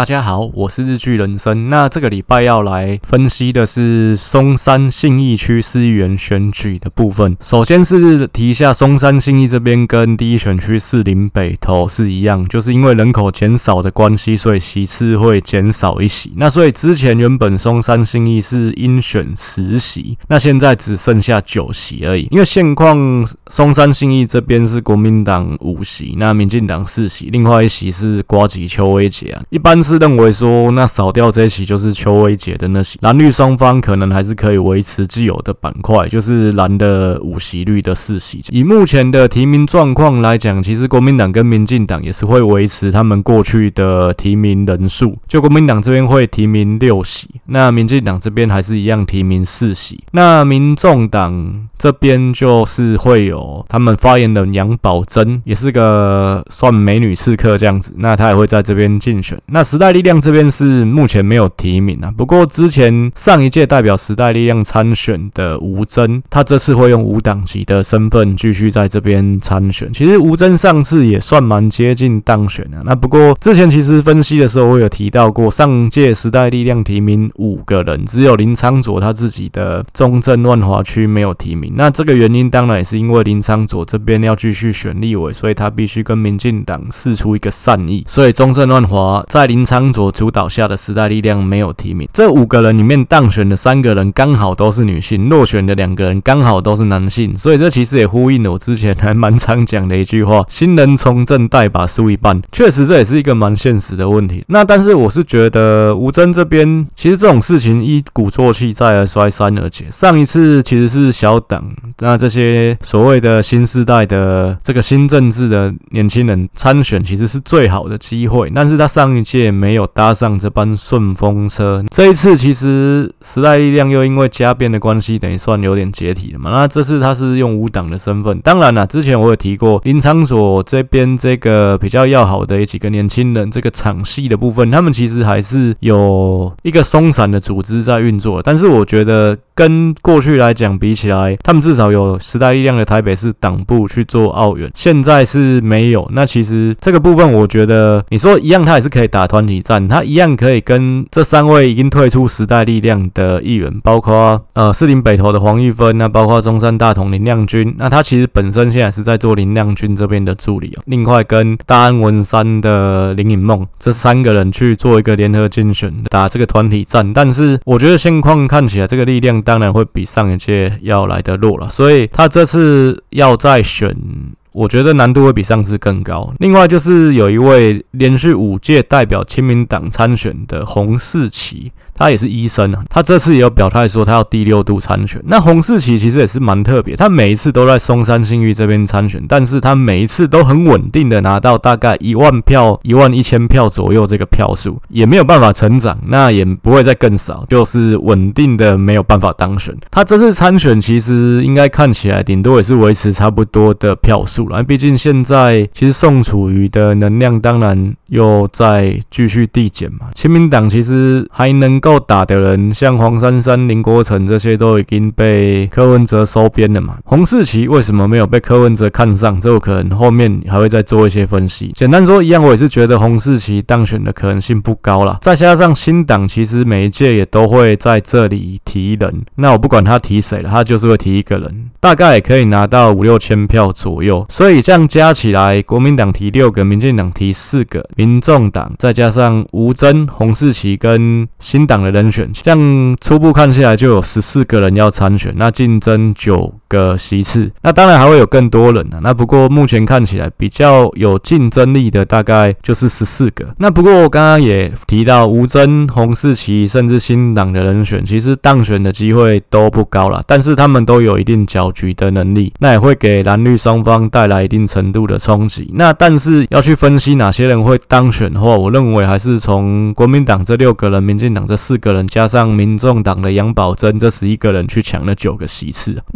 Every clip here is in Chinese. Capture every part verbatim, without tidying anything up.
大家好，我是日剧人生。那这个礼拜要来分析的是松山信义区市议员选举的部分。首先是提一下，松山信义这边跟第一选区士林北投是一样，就是因为人口减少的关系，所以席次会减少一席。那所以之前原本松山信义是应选十席，那现在只剩下九席而已。因为现况松山信义这边是国民党五席，那民进党四席，另外一席是呱吉邱威杰啊。一般是认为说，那少掉这一席就是邱威杰的那席，蓝绿双方可能还是可以维持既有的板块，就是蓝的五席，绿的四席。以目前的提名状况来讲，其实国民党跟民进党也是会维持他们过去的提名人数，就国民党这边会提名六席，那民进党这边还是一样提名四席。那民众党这边就是会有他们发言人杨宝珍，也是个算美女刺客这样子，那他也会在这边竞选。那时代力量这边是目前没有提名啊，不过之前上一届代表时代力量参选的吴峥，他这次会用无党籍的身份继续在这边参选。其实吴峥上次也算蛮接近当选的，那不过之前其实分析的时候我有提到过，上届时代力量提名五个人，只有林昌佐他自己的中正万华区没有提名。那这个原因当然也是因为林昌佐这边要继续选立委，所以他必须跟民进党释出一个善意，所以中正万华在林昌佐主导下的时代力量没有提名。这五个人里面当选的三个人刚好都是女性，落选的两个人刚好都是男性，所以这其实也呼应了我之前还蛮常讲的一句话，新人从政代把输一半。确实这也是一个蛮现实的问题。那但是我是觉得吴峥这边其实这种事情一鼓作气再而衰三而竭，上一次其实是小党，那这些所谓的新世代的这个新政治的年轻人参选其实是最好的机会，但是他上一届没有搭上这班顺风车。这一次其实时代力量又因为家变的关系，等于算有点解体了嘛。那这次他是用无党的身份，当然啦，之前我有提过林昌佐这边这个比较要好的几个年轻人，这个场系的部分，他们其实还是有一个松散的组织在运作，但是我觉得跟过去来讲比起来，他们至少有时代力量的台北市党部去做奥援，现在是没有。那其实这个部分我觉得你说一样，他也是可以打团体战，他一样可以跟这三位已经退出时代力量的议员，包括呃士林北投的黄玉芬，那包括中山大同林亮君，那他其实本身现在是在做林亮君这边的助理哦。另外跟大安文山的林颖梦，这三个人去做一个联合竞选，打这个团体战。但是我觉得现况看起来，这个力量当然会比上一届要来得弱了，所以他这次要再选，我觉得难度会比上次更高。另外就是有一位连续五届代表亲民党参选的洪世奇，他也是医生啊，他这次也有表态说他要第六度参选。那洪世奇其实也是蛮特别，他每一次都在松山信义这边参选，但是他每一次都很稳定的拿到大概一万票、一万一千票左右这个票数，也没有办法成长，那也不会再更少，就是稳定的没有办法当选。他这次参选其实应该看起来顶多也是维持差不多的票数，毕竟现在其实宋楚瑜的能量当然又在继续递减嘛，亲民党其实还能够打的人，像黄珊珊、林国成这些都已经被柯文哲收编了嘛。洪世奇为什么没有被柯文哲看上？这有可能后面还会再做一些分析。简单说一样，我也是觉得洪世奇当选的可能性不高啦。再加上新党其实每一届也都会在这里提人，那我不管他提谁了，他就是会提一个人，大概也可以拿到五六千票左右。所以这样加起来，国民党提六个，民进党提四个，民众党再加上吴峥、洪世奇跟新党的人选，这样初步看下来就有十四个人要参选，那竞争九个席次，那当然还会有更多人啊。那不过目前看起来比较有竞争力的大概就是十四个。那不过我刚刚也提到吴峥、洪世奇甚至新党的人选，其实当选的机会都不高啦，但是他们都有一定搅局的能力，那也会给蓝绿双方带来一定程度的冲击。那但是要去分析哪些人会当选的话，我认为还是从国民党这六个人、民进党这四个人，加上民众党的杨宝珍这十一个人去抢了九个席次。那开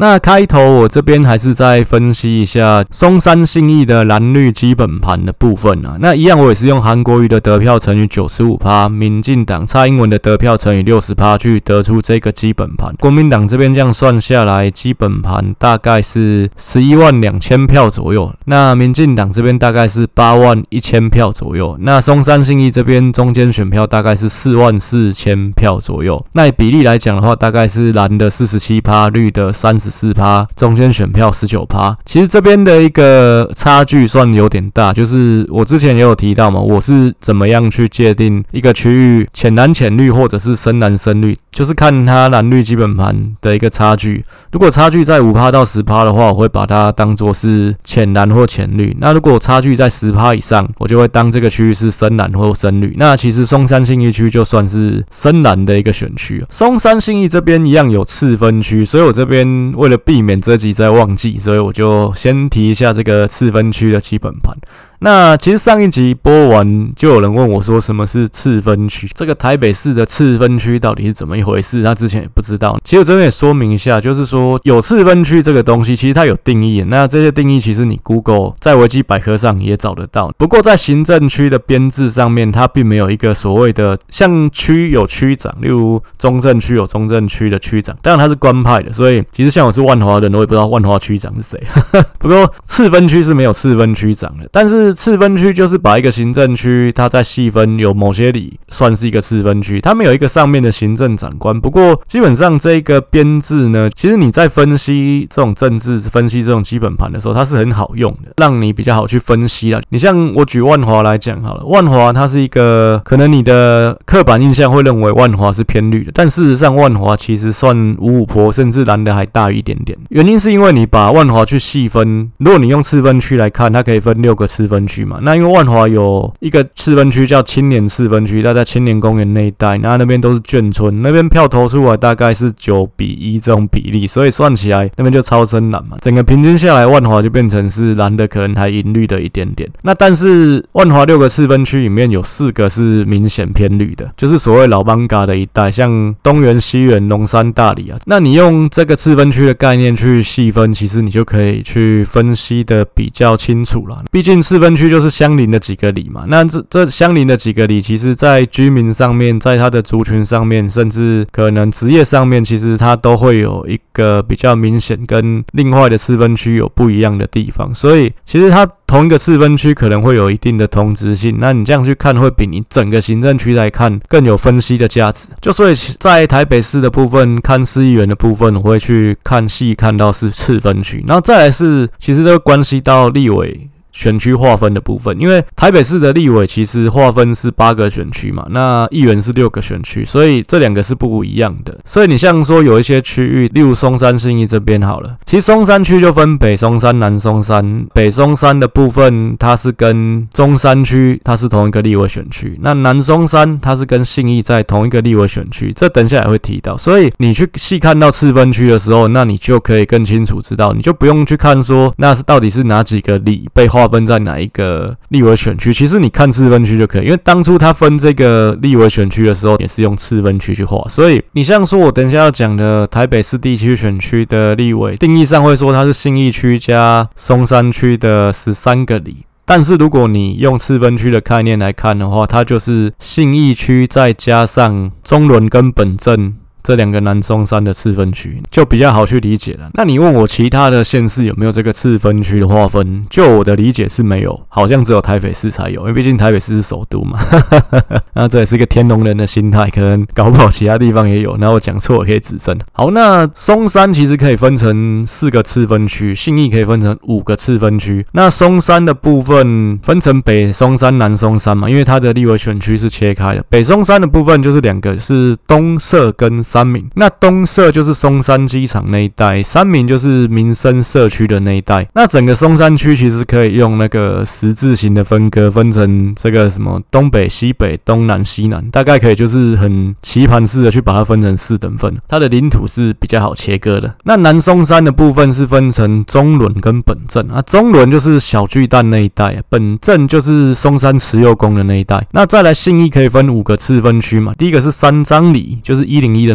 头我这边还是再分析一下松山信义的蓝绿基本盘的部分啊。那一样我也是用韩国瑜的得票乘以 百分之九十五， 民进党蔡英文的得票乘以 百分之六十 去得出这个基本盘。国民党这边这样算下来，基本盘大概是十一万两千票左右，那民进党这边大概是八万一千票左右，那松山信义这边中间选票大概是四万四千票左右。那以比例来讲的话，大概是蓝的 百分之四十七， 绿的 百分之三十四， 中间选票 百分之十九。其实这边的一个差距算有点大，就是我之前也有提到嘛，我是怎么样去界定一个区域浅蓝浅绿或者是深蓝深绿，就是看它蓝绿基本盘的一个差距。如果差距在 百分之五到百分之十 的话，我会把它当作是浅蓝或浅绿。那如果差距在 百分之十 以上，我就会当这个区域是深蓝或深绿。那其实松山信义区就算是深蓝的一个选区。松山信义这边一样有次分区，所以我这边为了避免这集再忘记，所以我就先提一下这个次分区的基本盘。那其实上一集播完，就有人问我说什么是次分区？这个台北市的次分区到底是怎么一回事？他之前也不知道。其实我这边也说明一下，就是说有次分区这个东西，其实它有定义。那这些定义其实你 Google 在维基百科上也找得到。不过在行政区的编制上面，它并没有一个所谓的像区有区长，例如中正区有中正区的区长，当然他是官派的，所以其实像我是万华人，我也不知道万华区长是谁。不过次分区是没有次分区长的，但是次分区就是把一个行政区，它在细分有某些里算是一个次分区，它没有一个上面的行政长官。不过基本上这个编制呢，其实你在分析这种政治、分析这种基本盘的时候，它是很好用的，让你比较好去分析啦。你像我举万华来讲好了，万华它是一个可能你的刻板印象会认为万华是偏绿的，但事实上万华其实算五五波，甚至蓝的还大于一点点。原因是因为你把万华去细分，如果你用次分区来看，它可以分六个次分区嘛。那因为万华有一个次分区叫青年次分区，它在青年公园那一带，那那边都是眷村，那边票投出来大概是九比一这种比例，所以算起来那边就超深蓝嘛。整个平均下来，万华就变成是蓝的，可能还赢绿的一点点。那但是万华六个次分区里面有四个是明显偏绿的，就是所谓老艋舺的一带，像东园、西园、龙山、大里啊。那你用这个次分区的概念去细分，其实你就可以去分析的比较清楚了。毕竟次分区就是相邻的几个里嘛，那这这相邻的几个里，其实在居民上面，在它的族群上面，甚至可能职业上面，其实它都会有一个比较明显跟另外的次分区有不一样的地方，所以其实它同一个次分区可能会有一定的同质性，那你这样去看会比你整个行政区来看更有分析的价值。就所以在台北市的部分看市议员的部分，我会去看细看到是次分区，然后再来是其实这个关系到立委选区划分的部分，因为台北市的立委其实划分是八个选区嘛，那议员是六个选区，所以这两个是不一样的。所以你像说有一些区域，例如松山信义这边好了，其实松山区就分北松山、南松山。北松山的部分它是跟中山区它是同一个立委选区，那南松山它是跟信义在同一个立委选区，这等一下也会提到。所以你去细看到次分区的时候，那你就可以更清楚知道，你就不用去看说那是到底是哪几个里被划分在哪一个立委选区，其实你看次分区就可以，因为当初他分这个立委选区的时候也是用次分区去划，所以你像说我等一下要讲的台北市第七选区的立委定义上会说它是信义区加松山区的十三个里，但是如果你用次分区的概念来看的话，它就是信义区再加上中仑跟本镇这两个南松山的次分区，就比较好去理解了。那你问我其他的县市有没有这个次分区的划分，就我的理解是没有，好像只有台北市才有，因为毕竟台北市是首都嘛。那这也是一个天龙人的心态，可能搞不好其他地方也有，然后我讲错我可以指正。好，那松山其实可以分成四个次分区，信义可以分成五个次分区。那松山的部分分成北松山、南松山嘛，因为它的立委选区是切开的。北松山的部分就是两个，是东社跟三民。那东社就是松山机场那一带，三民就是民生社区的那一带。那整个松山区其实可以用那个十字形的分割，分成这个什么东北、西北、东南、西南，大概可以就是很棋盘式的去把它分成四等份。它的领土是比较好切割的。那南松山的部分是分成中仑跟本镇啊，中仑就是小巨蛋那一带，本镇就是松山慈幼宫的那一带。那再来信义可以分五个次分区嘛，第一个是三张里，就是一零一的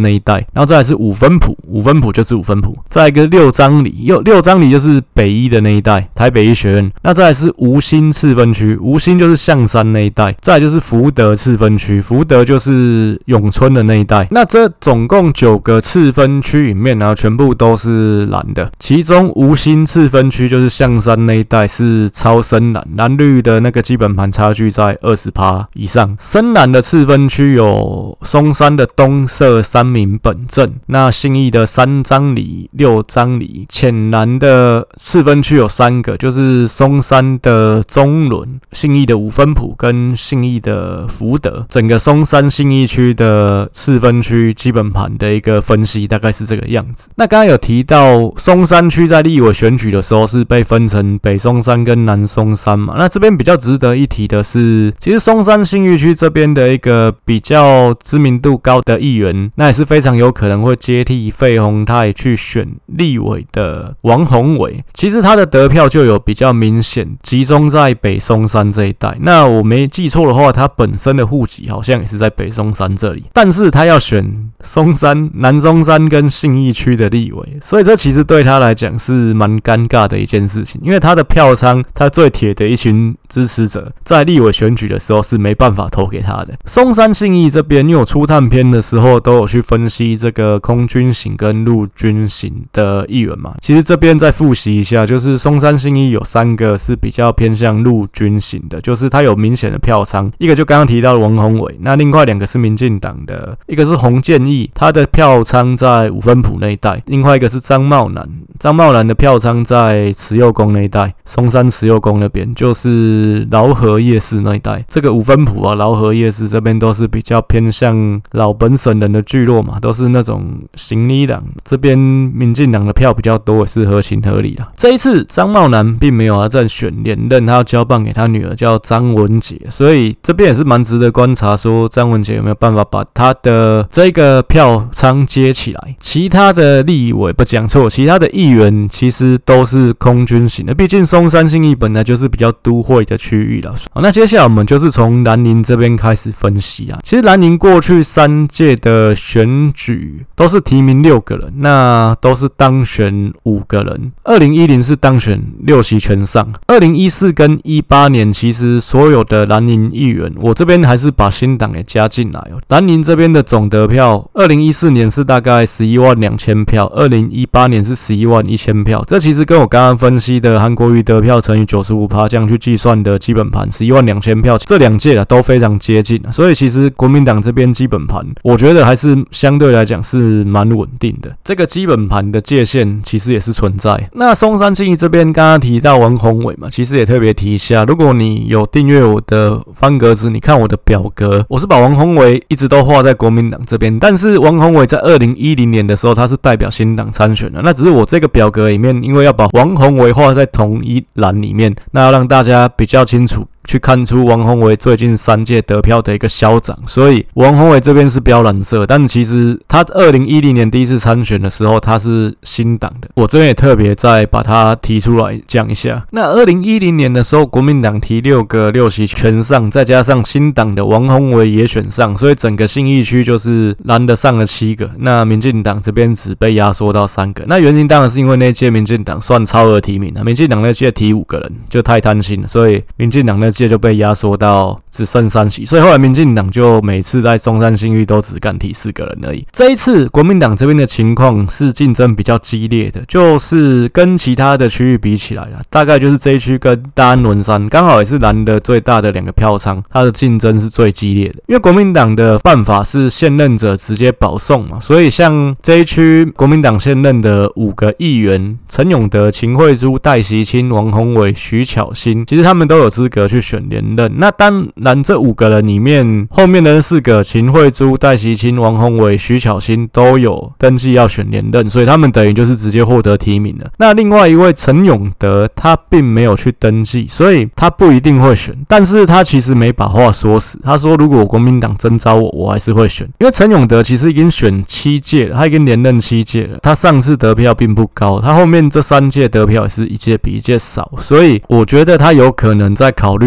那一带，然后再来是五分埔，五分埔就是五分埔，再来一个六张里，六六张里就是北一的那一带，台北医学院，那再来是吴兴次分区，吴兴就是象山那一带，再来就是福德次分区，福德就是永春的那一带。那这总共九个次分区里面呢，全部都是蓝的，其中吴兴次分区就是象山那一带是超深蓝，蓝绿的那个基本盘差距在 百分之二十 以上。深蓝的次分区有松山的东社、三民本镇，那信义的三张里、六张里。浅蓝的次分区有三个，就是松山的中仑、信义的五分埔跟信义的福德。整个松山信义区的次分区基本盘的一个分析大概是这个样子。那刚刚有提到松山区在立委选举的时候是被分成北松山跟南松山嘛，那这边比较值得一提的是，其实松山信义区这边的一个比较知名度高的议员，那也是非常有可能会接替费鸿泰去选立委的王宏伟，其实他的得票就有比较明显集中在北松山这一带。那我没记错的话，他本身的户籍好像也是在北松山这里，但是他要选松山、南松山跟信义区的立委，所以这其实对他来讲是蛮尴尬的一件事情，因为他的票仓，他最铁的一群支持者在立委选举的时候是没办法投给他的。松山信义这边，因为我出探篇的时候都有去分析这个空军型跟陆军型的议员嘛，其实这边再复习一下，就是松山信义有三个是比较偏向陆军型的，就是他有明显的票仓，一个就刚刚提到的王宏伟，那另外两个是民进党的，一个是洪建义，他的票仓在五分埔那一带，另外一个是张茂南，张茂南的票仓在慈幼宫那一带，松山慈幼宫那边就是劳合夜市那一带，这个五分埔啊、劳合夜市这边都是比较偏向老本省人的聚落嘛，都是那种行李党，这边民进党的票比较多，也是合情合理啦。这一次张茂南并没有要再选连任，他要交棒给他女儿叫张文杰，所以这边也是蛮值得观察，说张文杰有没有办法把他的这个票仓接起来。其他的立委不讲错，其他的议员其实都是空军型的，毕竟松山信义本来就是比较都会的区域了。好，那接下来我们就是从蓝营这边开始分析啊。其实蓝营过去三届的选举都是提名六个人，那都是当选五个人。二零一零是当选六席全上，二零一四跟一八年其实所有的蓝营议员，我这边还是把新党也加进来哦。蓝营这边的总得票，二零一四年是大概十一万两千票，二零一八年是十一万一千票。这其实跟我刚刚分析的韩国瑜得票乘以 百分之九十五 这样去计算的基本盘十一万两千票，这两届啊都非常接近，所以其实国民党这边基本盘，我觉得还是相对来讲是蛮稳定的。这个基本盘的界限其实也是存在。那松山信义这边刚刚提到王宏伟嘛，其实也特别提一下，如果你有订阅我的方格子，你看我的表格，我是把王宏伟一直都画在国民党这边，但是王宏伟在二零一零年的时候他是代表新党参选的，那只是我这个表格里面因为要把王宏伟画在同一栏里面，那要让大家比较清楚去看出王宏伟最近三届得票的一个消长，所以王宏伟这边是标蓝色，但其实他二零一零年第一次参选的时候他是新党的，我这边也特别再把他提出来讲一下。那二零一零年的时候国民党提六个六席全上，再加上新党的王宏伟也选上，所以整个信义区就是蓝的上了七个，那民进党这边只被压缩到三个。那原因当然是因为那届民进党算超额提名，民进党那届提五个人就太贪心了，所以民进党那届就被压缩到只剩三席，所以后来民进党就每次在松山信义都只敢提四个人而已。这一次国民党这边的情况是竞争比较激烈的，就是跟其他的区域比起来啦，大概就是这一区跟大安文山刚好也是蓝的最大的两个票仓，它的竞争是最激烈的。因为国民党的办法是现任者直接保送嘛，所以像这一区国民党现任的五个议员陈永德、秦慧珠、戴习清、王宏伟、徐巧芯，其实他们都有资格去选连任。那当然这五个人里面，后面的四个秦慧珠、戴习清、王宏伟、徐巧芯都有登记要选连任，所以他们等于就是直接获得提名了。那另外一位陈永德他并没有去登记，所以他不一定会选，但是他其实没把话说死，他说如果国民党征召我，我还是会选。因为陈永德其实已经选七届了，他已经连任七届了，他上次得票并不高，他后面这三届得票也是一届比一届少，所以我觉得他有可能在考虑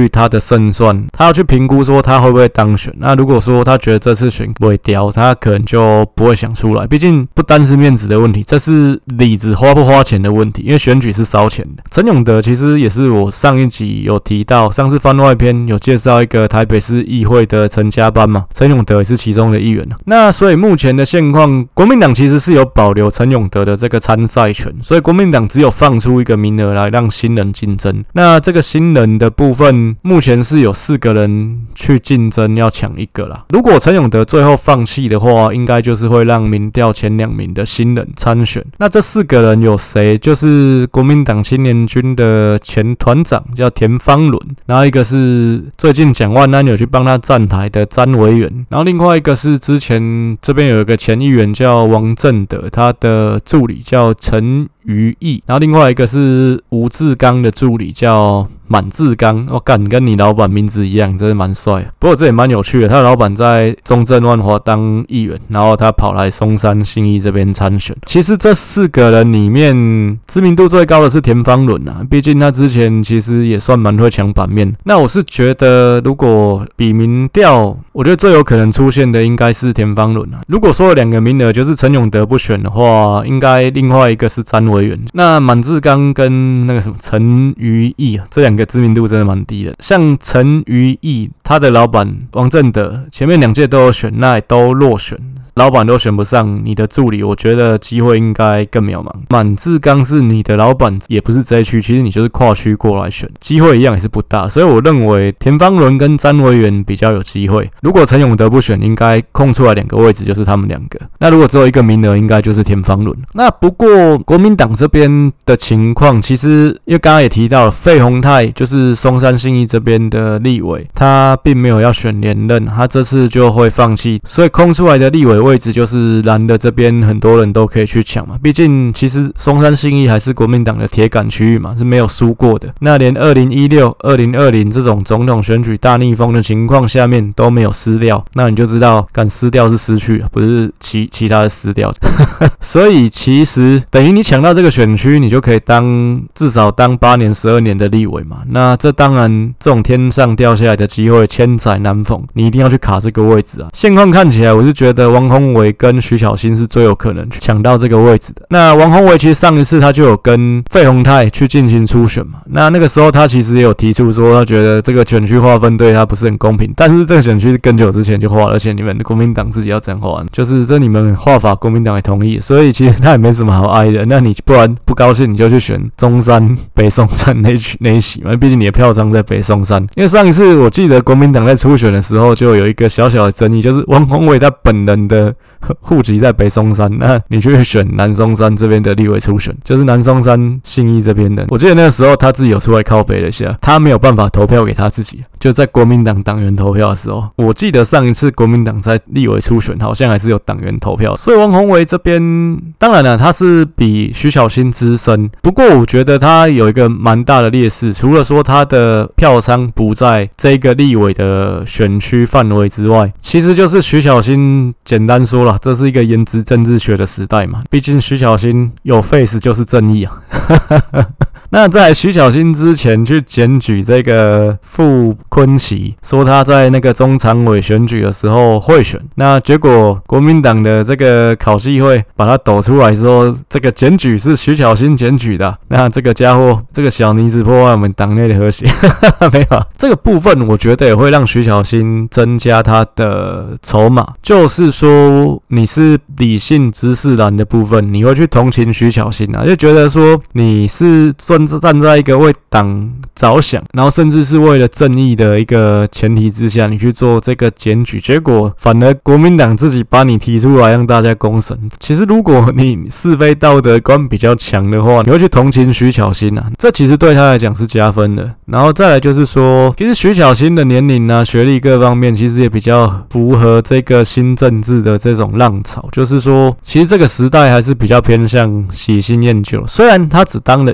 虑他的胜算，他要去评估说他会不会当选。那如果说他觉得这次选不会掉，他可能就不会想出来。毕竟不单是面子的问题，这是里子花不花钱的问题，因为选举是烧钱的。陈永德其实也是我上一集有提到，上次番外篇有介绍一个台北市议会的陈家班嘛，陈永德也是其中的一员。那所以目前的现况，国民党其实是有保留陈永德的这个参赛权，所以国民党只有放出一个名额来让新人竞争。那这个新人的部分，目前是有四个人去竞争，要抢一个啦。如果陈永德最后放弃的话，应该就是会让民调前两名的新人参选。那这四个人有谁？就是国民党青年军的前团长叫田方伦，然后一个是最近蒋万安有去帮他站台的詹维元，然后另外一个是之前这边有一个前议员叫王正德，他的助理叫陈于毅，然后另外一个是吴志刚的助理叫满志刚，我干跟你老板名字一样，真是蛮帅的。不过这也蛮有趣的，他的老板在中正万华当议员，然后他跑来松山信义这边参选。其实这四个人里面，知名度最高的是田方伦啊，毕竟他之前其实也算蛮会抢版面。那我是觉得，如果比民调，我觉得最有可能出现的应该是田方伦啊。如果说有两个名额，就是陈永德不选的话，应该另外一个是詹维元。那满志刚跟那个什么陈于毅啊，这两个知名度真的蛮低的。像陈于毅，他的老板王正德，前面两届都有选，那也都落选。老板都选不上，你的助理我觉得机会应该更渺茫。满志刚是你的老板，也不是这一区，其实你就是跨区过来选，机会一样也是不大。所以我认为田方伦跟詹维元比较有机会。如果陈永德不选，应该空出来两个位置就是他们两个。那如果只有一个名额，应该就是田方伦。那不过国民党这边的情况，其实因为刚刚也提到了，费鸿泰就是松山信义这边的立委，他并没有要选连任，他这次就会放弃，所以空出来的立委位置就是蓝的这边很多人都可以去抢嘛。毕竟其实松山信义还是国民党的铁杆区域嘛，是没有输过的。那连二零一六、二零二零这种总统选举大逆风的情况下面都没有失掉，那你就知道敢失掉是失去，不是其其他的失掉。所以其实等于你抢到这个选区，你就可以当至少当八年、十二年的立委嘛。那这当然这种天上掉下来的机会千载难逢，你一定要去卡这个位置啊。现况看起来，我是觉得王宏伟跟徐巧芯是最有可能去抢到这个位置的。那王宏伟其实上一次他就有跟费鸿泰去进行初选嘛，那那个时候他其实也有提出说，他觉得这个选区划分对他不是很公平，但是这个选区是更久之前就划了，而且你们国民党自己要这样划，就是这你们划法国民党也同意，所以其实他也没什么好哀的。那你不然不高兴，你就去选中山、北松山那一那一席嘛，毕竟你的票仓在北松山。因为上一次我记得国民党在初选的时候就有一个小小的争议，就是王宏伟他本人的户籍在北松山，那你去选南松山这边的立委初选，就是南松山信义这边的。我记得那个时候他自己有出来靠北了一下，他没有办法投票给他自己，就在国民党党员投票的时候，我记得上一次国民党在立委初选好像还是有党员投票，所以王宏伟这边当然了，他是比徐巧芯资深，不过我觉得他有一个蛮大的劣势，除了说他的票仓不在这个立委的选区范围之外，其实就是徐巧芯简单说了，这是一个颜值政治学的时代嘛，毕竟徐巧芯有 face 就是正义啊。那在徐巧芯之前去检举这个傅崐萁，说他在那个中常委选举的时候贿选，那结果国民党的这个考纪会把他抖出来说，这个检举是徐巧芯检举的，那这个家伙这个小妮子破坏我们党内的和谐。没有啊，这个部分我觉得也会让徐巧芯增加他的筹码，就是说你是理性知识蓝的部分，你会去同情徐巧芯啊，就觉得说你是站在一个为党着想，然后甚至是为了正义的一个前提之下，你去做这个检举，结果反而国民党自己把你提出来让大家公审。其实如果你是非道德观比较强的话，你会去同情徐巧芯啊，这其实对他来讲是加分的。然后再来就是说，其实徐巧芯的年龄啊、学历各方面，其实也比较符合这个新政治的这种浪潮，就是说，其实这个时代还是比较偏向喜新厌旧。虽然他只当了一届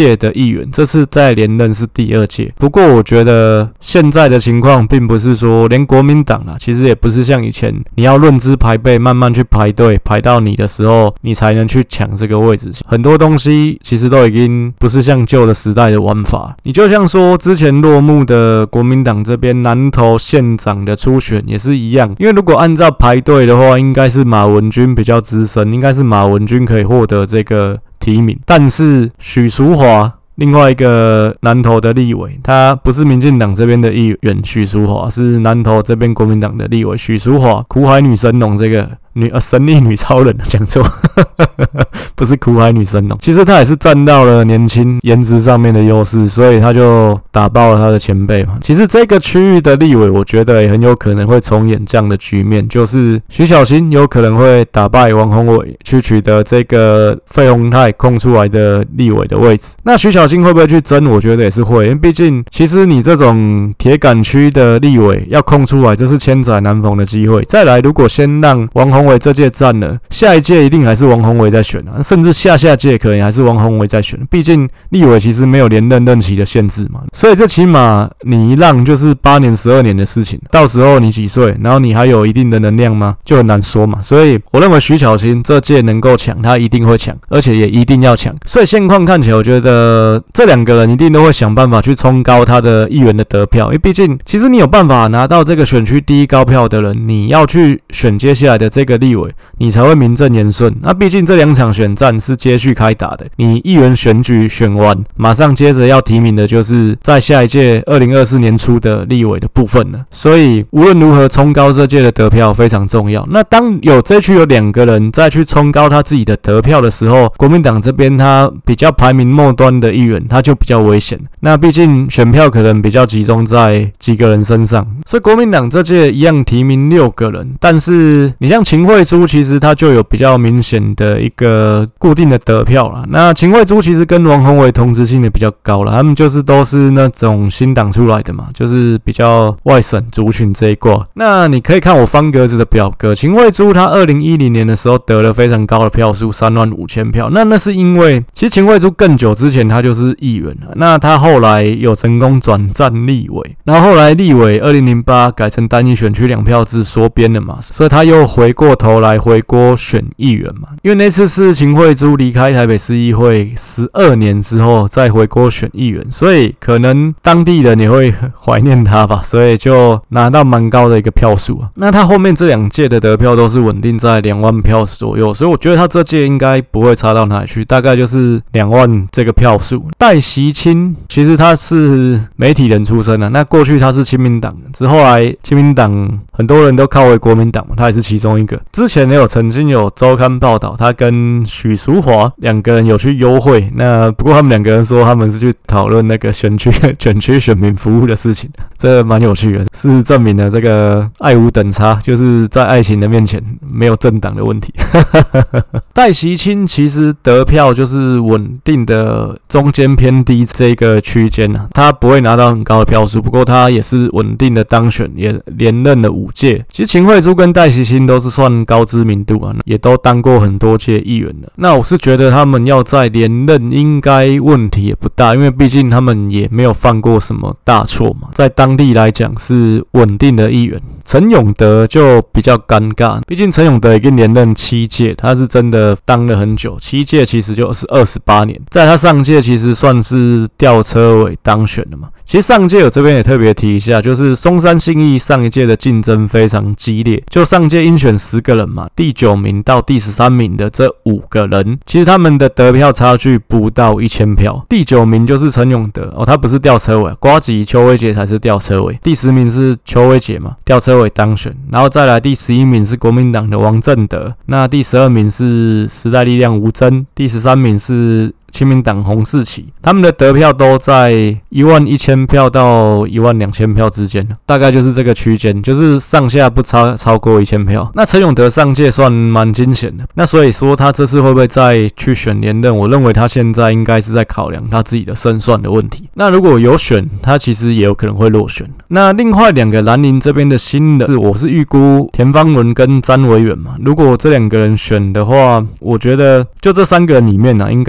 届的议员，这次再连任是第二届。不过我觉得现在的情况并不是说连国民党啊，其实也不是像以前你要论资排辈，慢慢去排队，排到你的时候你才能去抢这个位置。很多东西其实都已经不是像旧的时代的玩法。你就像说之前落幕的国民党这边南投县长的初选也是一样，因为如果按照排队的话，应该是马文君比较资深，应该是马文君可以获得这个提名，但是许淑华另外一个南投的立委，他不是民进党这边的议员许淑华，是南投这边国民党的立委许淑华，苦海女神龙这个女呃神力女超人讲错，不是苦海女神龙。其实他也是占到了年轻颜值上面的优势，所以他就打爆了他的前辈嘛。其实这个区域的立委，我觉得也很有可能会重演这样的局面，就是徐小新有可能会打败王宏伟，去取得这个费鸿泰空出来的立委的位置。那徐小新会不会去争？我觉得也是会，因为毕竟其实你这种铁杆区的立委要空出来，这是千载难逢的机会。再来，如果先让王宏伟这届占了，下一届一定还是王宏伟在选啊，甚至下下届可能还是王宏伟在选。毕竟立委其实没有连任任期的限制嘛，所以这起码你一让就是八年、十二年的事情。到时候你几岁，然后你还有一定的能量吗？就很难说嘛。所以我认为徐小新这届能够抢，他一定会抢，而且也一定要抢。所以现况看起来，我觉得这两个人一定都会想办法去冲高他的议员的得票，因为毕竟其实你有办法拿到这个选区第一高票的人，你要去选接下来的这个立委，你才会名正言顺。那毕竟这两场选战是接续开打的，你议员选举选完，马上接着要提名的就是在下一届二零二四年初的立委的部分了。所以无论如何冲高这届的得票非常重要。那当有这区有两个人再去冲高他自己的得票的时候，国民党这边他比较排名末端的议员他就比较危险。那毕竟选票可能比较集中在几个人身上，所以国民党这届一样提名六个人，但是你像秦慧珠，其实他就有比较明显的一个固定的得票啦。那秦慧珠其实跟王宏伟同质性也比较高啦，他们就是都是那种新党出来的嘛，就是比较外省族群这一挂。那你可以看我方格子的表格，秦慧珠他二零一零年的时候得了非常高的票数，三万五千票。那那是因为其实秦慧珠更久之前他就是议员了，那他后来有成功转战立委，然后后来立委二零零八改成单一选区两票制缩编了嘛，所以他又回过头来回锅选议员嘛。因为那次是秦慧珠离开台北市议会十二年之后再回锅选议员，所以可能当地人也会怀念他吧，所以就拿到蛮高的一个票数啊。那他后面这两届的得票都是稳定在两万票左右，所以我觉得他这届应该不会差到哪里去，大概就是两万这个票数。戴习清其实他是媒体人出身的、啊，那过去他是亲民党，之后来亲民党很多人都靠回国民党嘛，他也是其中一个。之前也有曾经有周刊报道，他跟许淑华两个人有去幽会，那不过他们两个人说他们是去讨论那个选区选区选民服务的事情，这蛮有趣的，是证明了这个爱无等差，就是在爱情的面前没有政党的问题。戴习清其实得票就是稳定的中间偏低这个区间啊，他不会拿到很高的票数，不过他也是稳定的当选，也连任了五届。其实秦慧珠跟戴习清都是算高知名度啊，也都当过很多届议员了。那我是觉得他们要再连任应该问题也不大，因为毕竟他们也没有犯过什么大错嘛，在当地来讲是稳定的议员。陈永德就比较尴尬，毕竟陈永德已经连任七届，他是真的当了很久，七届其实就是二十八年，在他上届其实算是吊车尾当选的嘛。其实上届我这边也特别提一下，就是松山信义上一届的竞争非常激烈，就上届应选十个人嘛，第九名到第十三名的这五个人，其实他们的得票差距不到一千票。第九名就是陈永德哦，他不是吊车尾，呱吉邱威杰才是吊车尾。第十名是邱威杰嘛，吊车尾当选，然后再来第十一名是国民党的王正德，那第十二名是时代力量吴峥，第十三名是亲民党洪世奇，他们的得票都在一万一千票到一万两千票之间，大概就是这个区间，就是上下不超超过一千票。那陈永德上届算蛮惊险的，那所以说他这次会不会再去选连任？我认为他现在应该是在考量他自己的胜算的问题。那如果有选，他其实也有可能会落选。那另外两个蓝营这边的新人，我是预估田方文跟詹维远嘛。如果这两个人选的话，我觉得就这三个人里面呢、啊，应该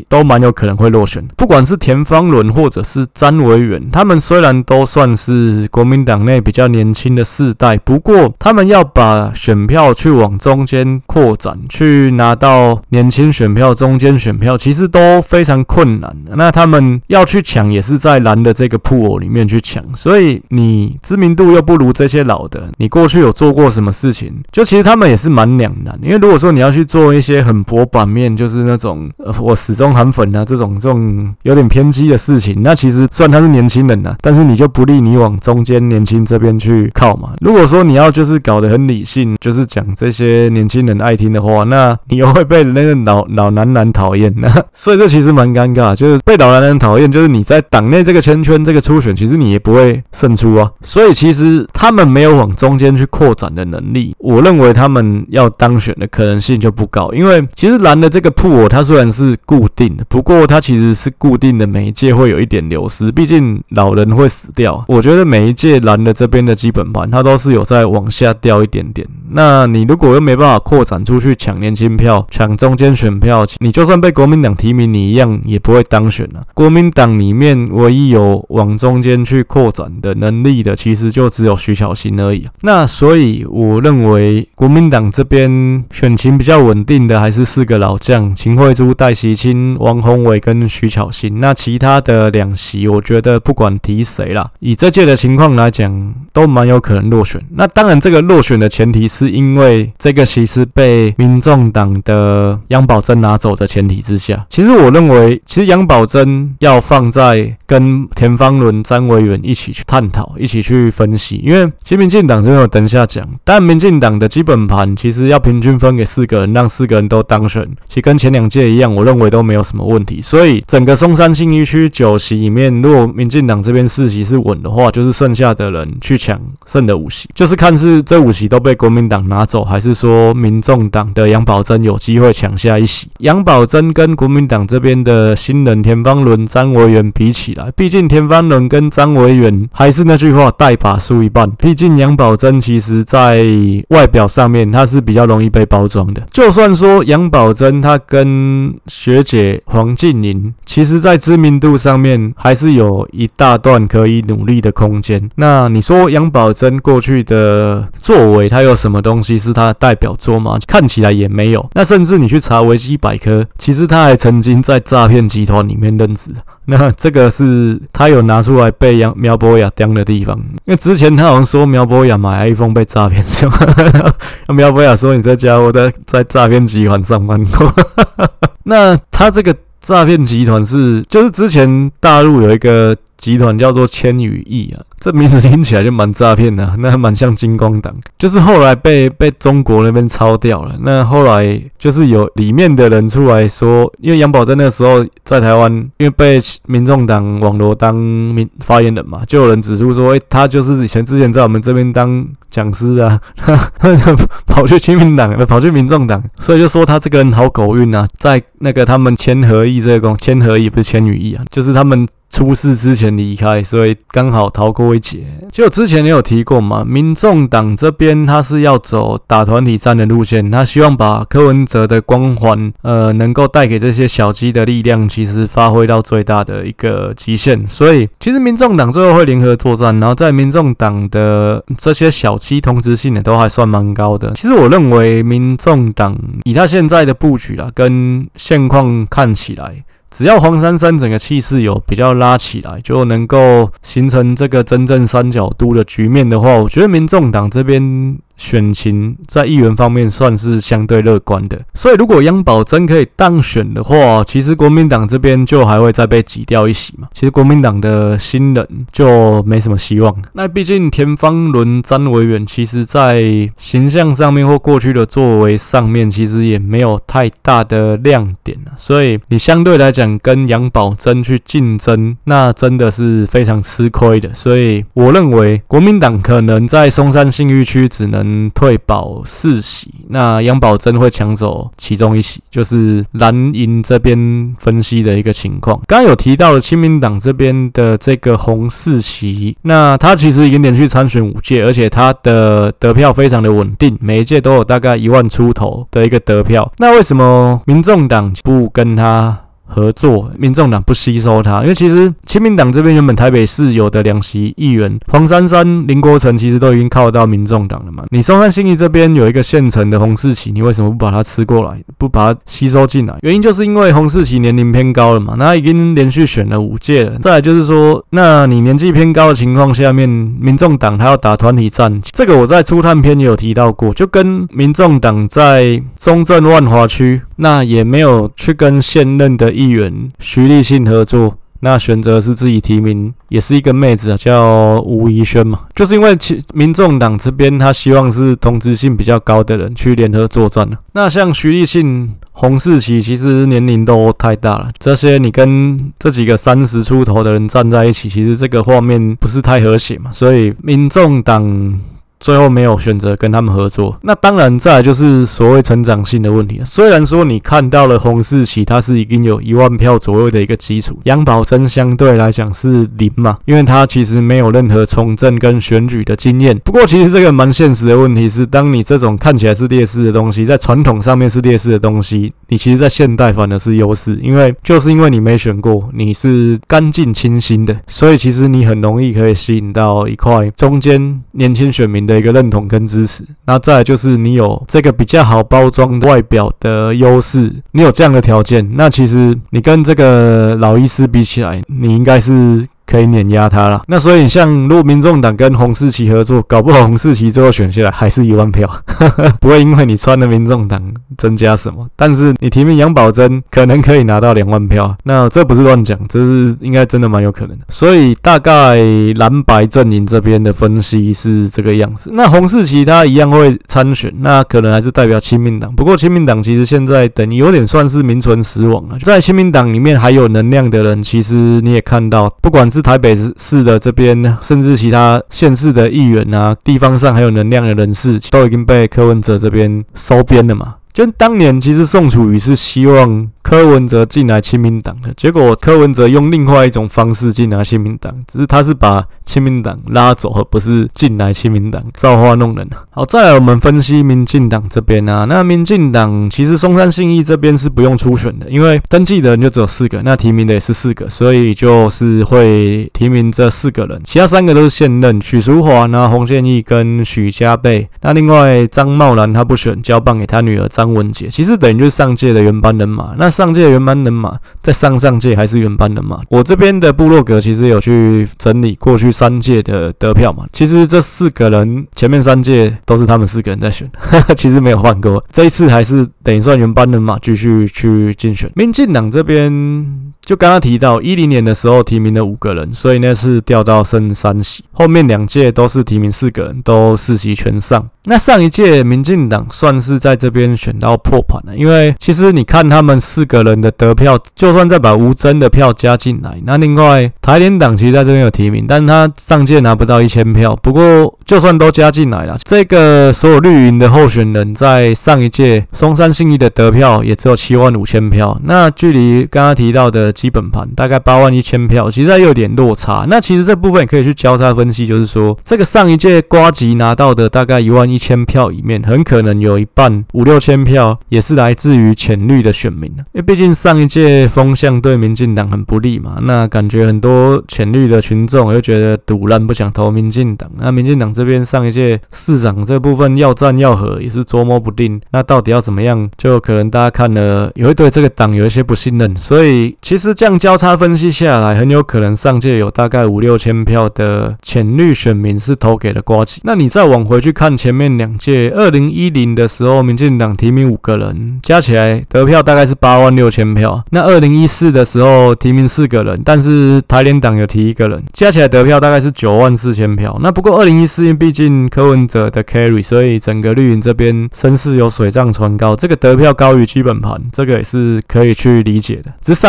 都蛮有可能会落选。不管是田方伦或者是詹维元，他们虽然都算是国民党内比较年轻的世代，不过他们要把选票去往中间扩展，去拿到年轻选票、中间选票，其实都非常困难。那他们要去抢，也是在蓝的这个铺偶里面去抢，所以你知名度又不如这些老的，你过去有做过什么事情？就其实他们也是蛮两难，因为如果说你要去做一些很薄版面，就是那种、呃、我死忠韩粉啊这种这种有点偏激的事情，那其实虽然他是年轻人啊，但是你就不利你往中间年轻这边去靠嘛。如果说你要就是搞得很理性，就是讲这些年轻人爱听的话，那你又会被那个老老男人讨厌，所以这其实蛮尴尬，就是被老男人讨厌，就是你在党内这个圈圈这个初选，其实你也不会胜出啊。所以其实他们没有往中间去扩展的能力，我认为他们要当选的可能性就不高。因为其实蓝的这个铺哦，它虽然是固定的，不过它其实是固定的，每一届会有一点流失，毕竟老人会死掉。我觉得每一届蓝的这边的基本盘，它都是有在往下掉一点点。那你如果又没办法扩展出去抢年轻票、抢中间选票，你就算被国民党提名，你一样也不会当选啊。国民党里面唯一有往中间去扩展的能力的，其实就只有徐巧芯而已啊。那所以我认为国民党这边选情比较稳定的还是四个老将：秦惠珠、戴锡清、王宏伟跟徐巧芯。那其他的两席，我觉得不管提谁啦，以这届的情况来讲，都蛮有可能落选。那当然，这个落选的前提是因为这个席是被民众党的杨宝珍拿走的前提之下。其实我认为，其实杨宝珍要放在跟田方伦、詹维元一起去探讨、一起去分析，因为其实民进党这边我等一下讲，但民进党的基本盘其实要平均分给四个人，让四个人都当选，其实跟前两届一样，我认为都没有什么问题。所以整个松山信义区九席里面，如果民进党这边四席是稳的话，就是剩下的人去抢剩的五席，就是看是这五席都被国民党拿走，还是说民众党的杨宝珍有机会抢下一席。杨宝珍跟国民党这边的新人田方伦、詹维元比起来，毕竟田方伦跟詹维元还是那句话，带把输一半。毕竟杨宝珍其实在外表上面他是比较容易被包装的，就算说杨宝珍他跟学姐黄静莹，其实在知名度上面还是有一大段可以努力的空间。那你说杨宝珍过去的作为，他有什么东西是他的代表作吗？看起来也没有。那甚至你去查维基百科，其实他还曾经在诈骗集团里面任职。那这个是他有拿出来被苗博雅刁的地方，因为之前他好像说苗博雅买 iPhone 被诈骗，是吗？苗博雅说你这家伙在在诈骗集团上班过。那他这个诈骗集团是，就是之前大陆有一个集团叫做千羽翼啊，这名字听起来就蛮诈骗的、啊，那蛮像金光党，就是后来被被中国那边抄掉了。那后来就是有里面的人出来说，因为杨宝珍那时候在台湾，因为被民众党网罗当民发言人嘛，就有人指出说，欸、他就是以前之前在我们这边当讲师啊，跑去亲民党，跑去民众党，所以就说他这个人好狗运啊，在那个他们千和义这个公，千和义不是千羽翼啊，就是他们出事之前离开，所以刚好逃过一劫。就之前也有提过嘛，民众党这边他是要走打团体战的路线，他希望把柯文哲的光环，呃，能够带给这些小鸡的力量，其实发挥到最大的一个极限。所以其实民众党最后会联合作战，然后在民众党的这些小鸡同质性也都还算蛮高的。其实我认为民众党以他现在的布局啦，跟现况看起来，只要黄珊珊整个气势有比较拉起来，就能够形成这个真正三角都的局面的话，我觉得民众党这边选情在议员方面算是相对乐观的。所以如果杨宝珍可以当选的话，其实国民党这边就还会再被挤掉一席嘛。其实国民党的新人就没什么希望。那毕竟田方伦、詹维元其实在形象上面或过去的作为上面，其实也没有太大的亮点啊。所以你相对来讲跟杨宝珍去竞争，那真的是非常吃亏的。所以我认为国民党可能在松山信义区只能退保四席，那杨宝珍会抢走其中一席，就是蓝营这边分析的一个情况。刚刚有提到了亲民党这边的这个红四席，那他其实已经连续参选五届，而且他的得票非常的稳定，每一届都有大概一万出头的一个得票。那为什么民众党不跟他合作，民众党不吸收他，因为其实亲民党这边原本台北市有的两席议员黄珊珊、林国成其实都已经靠到民众党了嘛。你松山信义这边有一个现成的洪世奇，你为什么不把他吃过来，不把他吸收进来？原因就是因为洪世奇年龄偏高了嘛，那他已经连续选了五届了。再来就是说，那你年纪偏高的情况下面，民众党他要打团体战，这个我在初探篇也有提到过，就跟民众党在中正万华区，那也没有去跟现任的议员徐立信合作，那选择是自己提名，也是一个妹子啊，叫吴怡萱嘛，就是因为其民众党这边他希望是同质性比较高的人去联合作战。那像徐立信、洪世奇其实年龄都太大了，这些你跟这几个三十出头的人站在一起，其实这个画面不是太和谐嘛，所以民众党最后没有选择跟他们合作。那当然再来就是所谓成长性的问题，虽然说你看到了洪世奇他是已经有一万票左右的一个基础，杨宝珍相对来讲是零嘛，因为他其实没有任何从政跟选举的经验。不过其实这个蛮现实的问题是，当你这种看起来是劣势的东西，在传统上面是劣势的东西，你其实在现代反而是优势，因为就是因为你没选过，你是干净清新的，所以其实你很容易可以吸引到一块中间年轻选民的一个认同跟支持。那再来就是你有这个比较好包装外表的优势，你有这样的条件，那其实你跟这个老医师比起来，你应该是可以碾压他啦。那所以像如果民众党跟洪世奇合作，搞不好洪世奇最后选下来还是一万票不会因为你穿了民众党增加什么，但是你提名杨宝珍可能可以拿到两万票，那这不是乱讲，这是应该真的蛮有可能的。所以大概蓝白阵营这边的分析是这个样子。那洪世奇他一样会参选，那可能还是代表亲民党，不过亲民党其实现在等于有点算是名存实亡了。在亲民党里面还有能量的人，其实你也看到，不管是是台北市的这边，甚至其他县市的议员啊，地方上还有能量的人士，都已经被柯文哲这边收编了嘛。就当年其实宋楚瑜是希望柯文哲进来亲民党的，结果柯文哲用另外一种方式进来亲民党，只是他是把亲民党拉走，而不是进来亲民党，造化弄人。好，再来我们分析民进党这边啊，那民进党其实松山信义这边是不用初选的，因为登记的人就只有四个，那提名的也是四个，所以就是会提名这四个人，其他三个都是现任，许淑华呢、洪宪义跟许家贝。那另外张茂兰他不选，交棒给他女儿张文杰，其实等于就是上届的原班人马。那上届的原班人马，在上上届还是原班人马。我这边的部落格其实有去整理过去三届的得票嘛，其实这四个人前面三届都是他们四个人在选，其实没有换过。这一次还是等于算原班人马继续去竞选。民进党这边就刚刚提到，一零年的时候提名了五个人，所以那是掉到剩三席。后面两届都是提名四个人，都四席全上。那上一届民进党算是在这边选到破盘了，因为其实你看他们四个人的得票，就算再把吴峥的票加进来，那另外台联党其实在这边有提名，但是他上届拿不到一千票。不过就算都加进来了，这个所有绿营的候选人在上一届松山信义的得票也只有七万五千票，那距离刚刚提到的基本盘大概八万一千票，其实还有点落差。那其实这部分也可以去交叉分析，就是说这个上一届呱吉拿到的大概一万一千票里面，很可能有一半五六千票也是来自于浅绿的选民，因为毕竟上一届风向对民进党很不利嘛，那感觉很多浅绿的群众又觉得赌烂不想投民进党。那民进党这边上一届市长这部分要战要和也是捉摸不定，那到底要怎么样，就可能大家看了也会对这个党有一些不信任。所以其实这样交叉分析下来，很有可能上届有大概五六千票的浅绿选民是投给了呱吉。那你再往回去看前面两届，二零一零的时候民进党提名五个人，加起来得票大概是八万六千票。那二零一四的时候提名四个人，但是台联党有提一个人，加起来得票大概是九万四千票。那不过二零一四因为毕竟柯文哲的 carry， 所以整个绿营这边声势有水涨船高，这个得票高于基本盘，这个也是可以去理解的。只是上一届真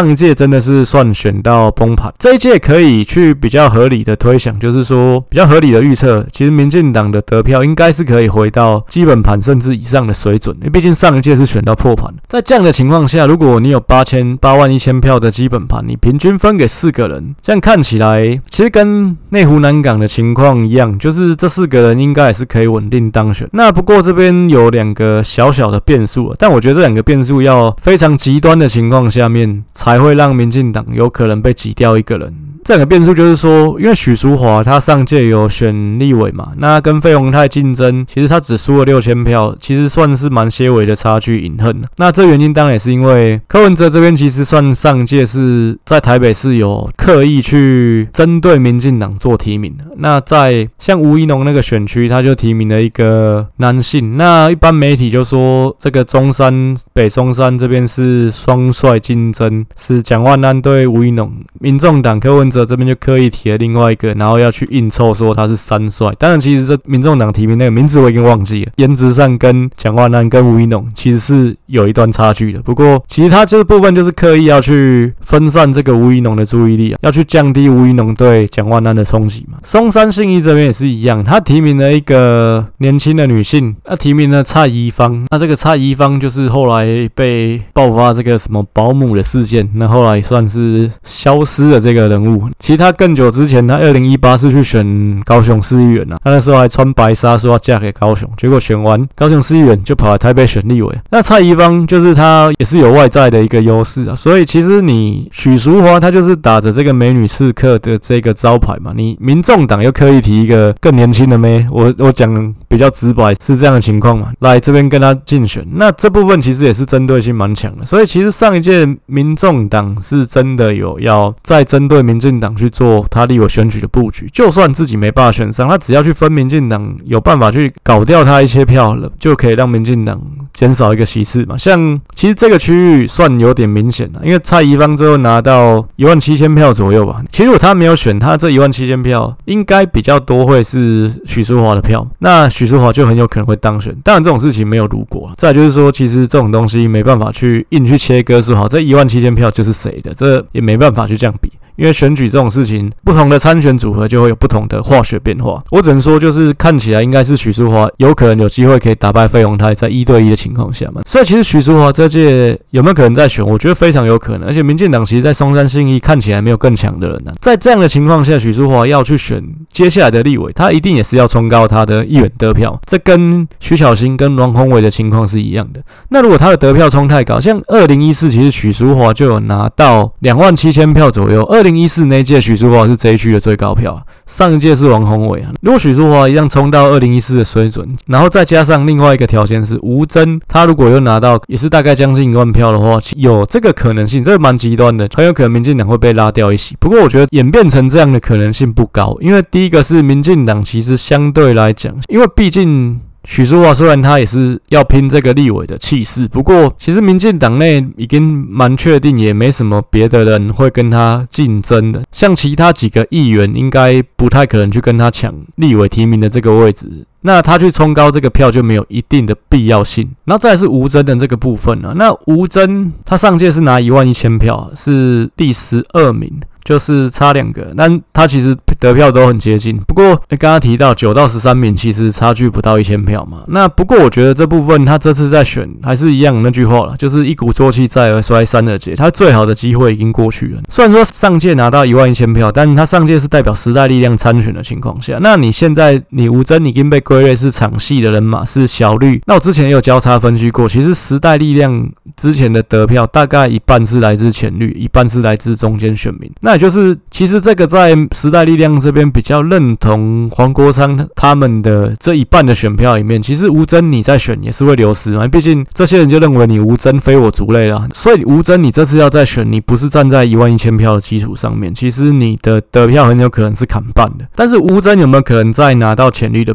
真的是算选到崩盘。这一届可以去比较合理的推想，就是说比较合理的预测，其实民进党的得票应该是可以回到基本盘甚至以上的水准，因为毕竟上一届是选到破盘。在这样的情况下，如果你有八千八万一千票的基本盘，你平均分给四个人，这样看起来其实跟内湖南港的情况一样，就是这四个人应该也是可以稳定当选。那不过这边有两个小小的变数，但我觉得这两个变数要非常极端的情况下面，才会让民进党有可能被挤掉一个人。这两个变数就是说，因为许淑华他上届有选立委嘛，那跟费鸿泰竞争，其实他只输了六千票，其实算是蛮些微的差距隐恨。那这原因当然也是因为柯文哲这边其实算上届是在台北市有刻意去针对民进党做提名的。那在像吴怡农那个选区，他就提名了一个男性。那一般媒体就说这个中山北松山这边是双帅竞争，是蒋万安对吴怡农，民众党柯文哲这边就刻意提了另外一个，然后要去硬凑说他是三帅。当然，其实这民众党提名那个名字我已经忘记了，颜值上跟蒋万安跟吴怡农其实是有一段差距的。不过，其实他这个部分就是刻意要去分散这个吴怡农的注意力啊，要去降低吴怡农对蒋万安的冲击嘛。松山信义这边也是一样，他提名了一个年轻的女性，他提名了蔡宜芳。那这个蔡宜芳就是后来被爆发这个什么保姆的事件，那后来算是消失了这个人物。其实他更久之前，他二零一八是去选高雄市议员啊，他那时候还穿白纱说要嫁给高雄，结果选完高雄市议员就跑来台北选立委。那蔡宜芳就是他也是有外在的一个优势啊，所以其实你许淑华他就是打着这个美女刺客的这个招牌嘛，你民众党又刻意提一个更年轻的妹，我我讲比较直白是这样的情况嘛，来这边跟他竞选，那这部分其实也是针对性蛮强的。所以其实上一届民众党是真的有要再针对民进党去做他立委选举的布局，就算自己没办法选上，他只要去分民进党有办法去搞掉他一些票了，就可以让民进党减少一个席次嘛。像其实这个区域算有点明显了，因为蔡宜芳最后拿到一万七千票左右吧。其实如果他没有选，他这一万七千票应该比较多会是许淑华的票，那许淑华就很有可能会当选。当然这种事情没有如果，再来就是说，其实这种东西没办法去硬去切割说好这一万七千票就是谁的，这也没办法去这样比。因为选举这种事情，不同的参选组合就会有不同的化学变化。我只能说，就是看起来应该是许淑华有可能有机会可以打败费鸿泰，在一对一的情况下嘛。所以其实许淑华这届有没有可能再选？我觉得非常有可能。而且民进党其实在松山信义看起来没有更强的人呢、啊。在这样的情况下，许淑华要去选接下来的立委，他一定也是要冲高他的议员得票。这跟徐巧芯跟王宏伟的情况是一样的。那如果他的得票冲太高，像二零一四其实许淑华就有拿到两万七千票左右。二零一四那一届许淑华是这一区的最高票、啊，上一届是王宏伟啊。如果许淑华一样冲到二零一四的水准，然后再加上另外一个条件是吴峥，他如果又拿到也是大概将近一万票的话，有这个可能性，这个蛮极端的，很有可能民进党会被拉掉一席。不过我觉得演变成这样的可能性不高，因为第一个是民进党其实相对来讲，因为毕竟许淑华虽然他也是要拼这个立委的气势，不过其实民进党内已经蛮确定，也没什么别的人会跟他竞争的。像其他几个议员，应该不太可能去跟他抢立委提名的这个位置。那他去冲高这个票就没有一定的必要性。然后再来是吴峥的这个部分啊，那吴峥他上届是拿一万一千票，是第十二名。就是差两个，但他其实得票都很接近。不过刚刚提到九到十三名，其实差距不到一千票嘛。那不过我觉得这部分他这次在选还是一样那句话了，就是一鼓作气再而衰三而竭。他最好的机会已经过去了。虽然说上届拿到一万一千票，但他上届是代表时代力量参选的情况下，那你现在你吴峥已经被归类是场系的人马，是小绿。那我之前也有交叉分析过，其实时代力量之前的得票大概一半是来自浅绿，一半是来自中间选民。那就是其实这个在时代力量这边比较认同黄国昌他们的这一半的选票里面，其实吴峥你在选也是会流失嘛，毕竟这些人就认为你吴峥非我族类啦，所以吴峥你这次要再选，你不是站在一万一千票的基础上面，其实你的得票很有可能是砍半的。但是吴峥有没有可能再拿到浅绿的票，还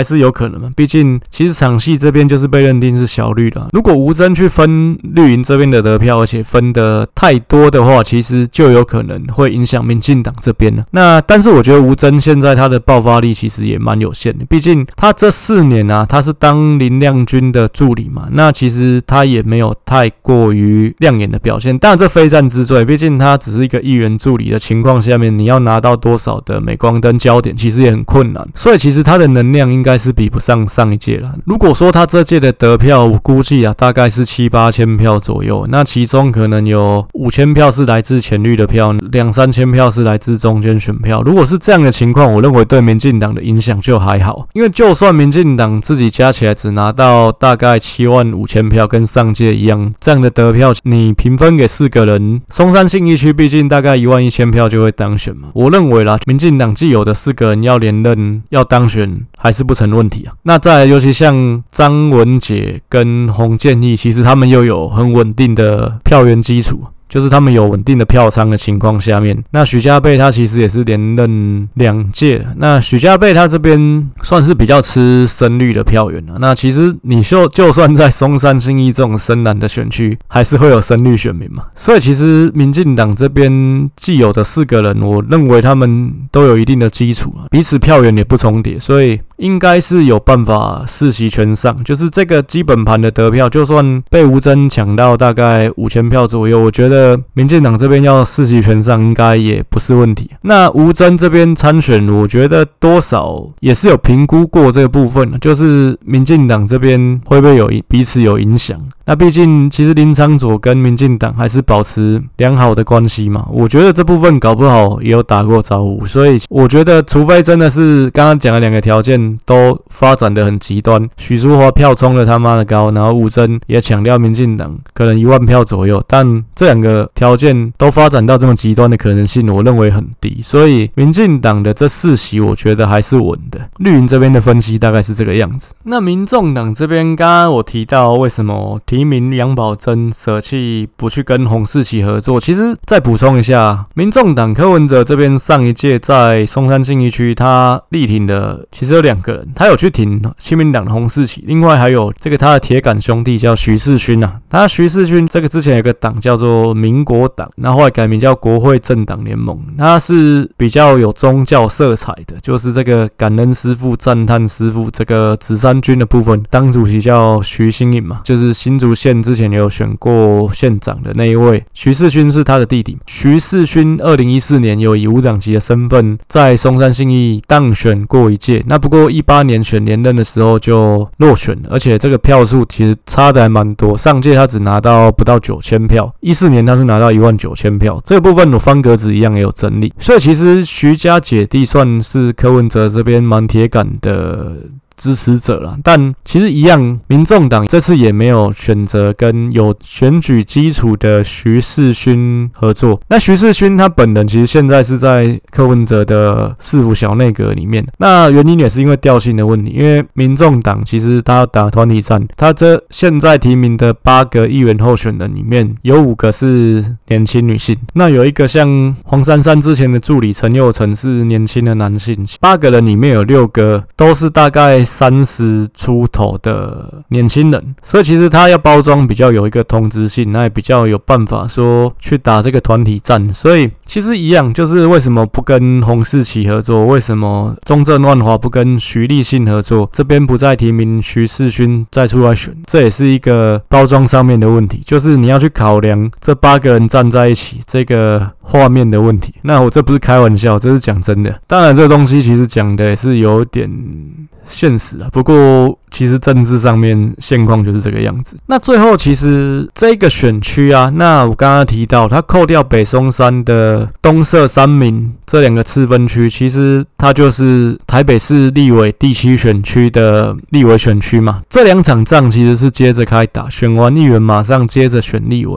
是有可能嘛，毕竟其实场系这边就是被认定是小绿了。如果吴峥去分绿营这边的得票，而且分的太多的话，其实就有可能会影响民进党这边了。那但是我觉得吴峥现在他的爆发力其实也蛮有限的，毕竟他这四年啊，他是当林亮君的助理嘛，那其实他也没有太过于亮眼的表现。当然这非战之罪，毕竟他只是一个议员助理的情况下面，你要拿到多少的镁光灯焦点，其实也很困难。所以其实他的能量应该是比不上上一届了。如果说他这届的得票，我估计啊大概是七八千票左右，那其中可能有五千票是来自浅绿的票，两三千票是来自中间选票。如果是这样的情况，我认为对民进党的影响就还好，因为就算民进党自己加起来只拿到大概七万五千票，跟上届一样，这样的得票你平分给四个人，松山信义区毕竟大概一万一千票就会当选嘛。我认为啦，民进党既有的四个人要连任要当选还是不成问题啊。那再来，尤其像张文杰跟洪建义，其实他们又有很稳定的票源基础，就是他们有稳定的票仓的情况下面，那许家贝他其实也是连任两届，那许家贝他这边算是比较吃深绿的票源了。那其实你就就算在松山信义这种深蓝的选区，还是会有深绿选民嘛。所以其实民进党这边既有的四个人，我认为他们都有一定的基础，彼此票源也不重叠，所以应该是有办法四席全上。就是这个基本盘的得票，就算被吴峥抢到大概五千票左右，我觉得民进党这边要四席全上应该也不是问题。那吴峥这边参选，我觉得多少也是有评估过这个部分，就是民进党这边会不会有彼此有影响。那毕竟其实林昶佐跟民进党还是保持良好的关系嘛，我觉得这部分搞不好也有打过招呼。所以我觉得除非真的是刚刚讲的两个条件都发展得很极端，许淑华票冲了他妈的高，然后吴峥也抢掉民进党可能一万票左右，但这两个条件都发展到这么极端的可能性，我认为很低。所以民进党的这四席我觉得还是稳的。绿营这边的分析大概是这个样子。那民众党这边刚刚我提到为什么提名杨宝珍舍弃不去跟洪世奇合作，其实再补充一下，民众党柯文哲这边上一届在松山信义区他力挺的其实有两个人，他有去挺亲民党的洪世奇，另外还有这个他的铁杆兄弟叫徐世勋啊。他徐世勋这个之前有个党叫做民国党，那后来改名叫国会政党联盟，他是比较有宗教色彩的，就是这个感恩师父、赞叹师父这个紫衫军的部分，当主席叫徐新颖嘛，就是新竹县之前有选过县长的那一位。徐世勋是他的弟弟。徐世勋二零一四年有以无党籍的身份在松山信义当选过一届，那不过一八年选连任的时候就落选了，而且这个票数其实差的还蛮多，上届他只拿到不到九千票，一四年他是拿到一万九千票，这个部分我方格子一样也有整理。所以其实徐家姐弟算是柯文哲这边蛮铁杆的支持者啦，但其实一样，民众党这次也没有选择跟有选举基础的徐世勋合作。那徐世勋他本人其实现在是在柯文哲的市府小内阁里面，那原因也是因为调性的问题，因为民众党其实他要打团体战，他这现在提名的八个议员候选人里面有五个是年轻女性，那有一个像黄珊珊之前的助理陈佑成是年轻的男性，八个人里面有六个都是大概三十出头的年轻人，所以其实他要包装比较有一个同质性，那也比较有办法说去打这个团体战。所以其实一样，就是为什么不跟洪世奇合作，为什么中正万华不跟徐立信合作，这边不再提名徐世勋再出来选，这也是一个包装上面的问题，就是你要去考量这八个人站在一起这个画面的问题。那我这不是开玩笑，这是讲真的。当然这个东西其实讲的也是有点现实啊，不过其实政治上面现况就是这个样子。那最后其实这个选区啊，那我刚刚提到它扣掉北松山的东社三民这两个次分区，其实它就是台北市立委第七选区的立委选区嘛。这两场仗其实是接着开打，选完议员马上接着选立委，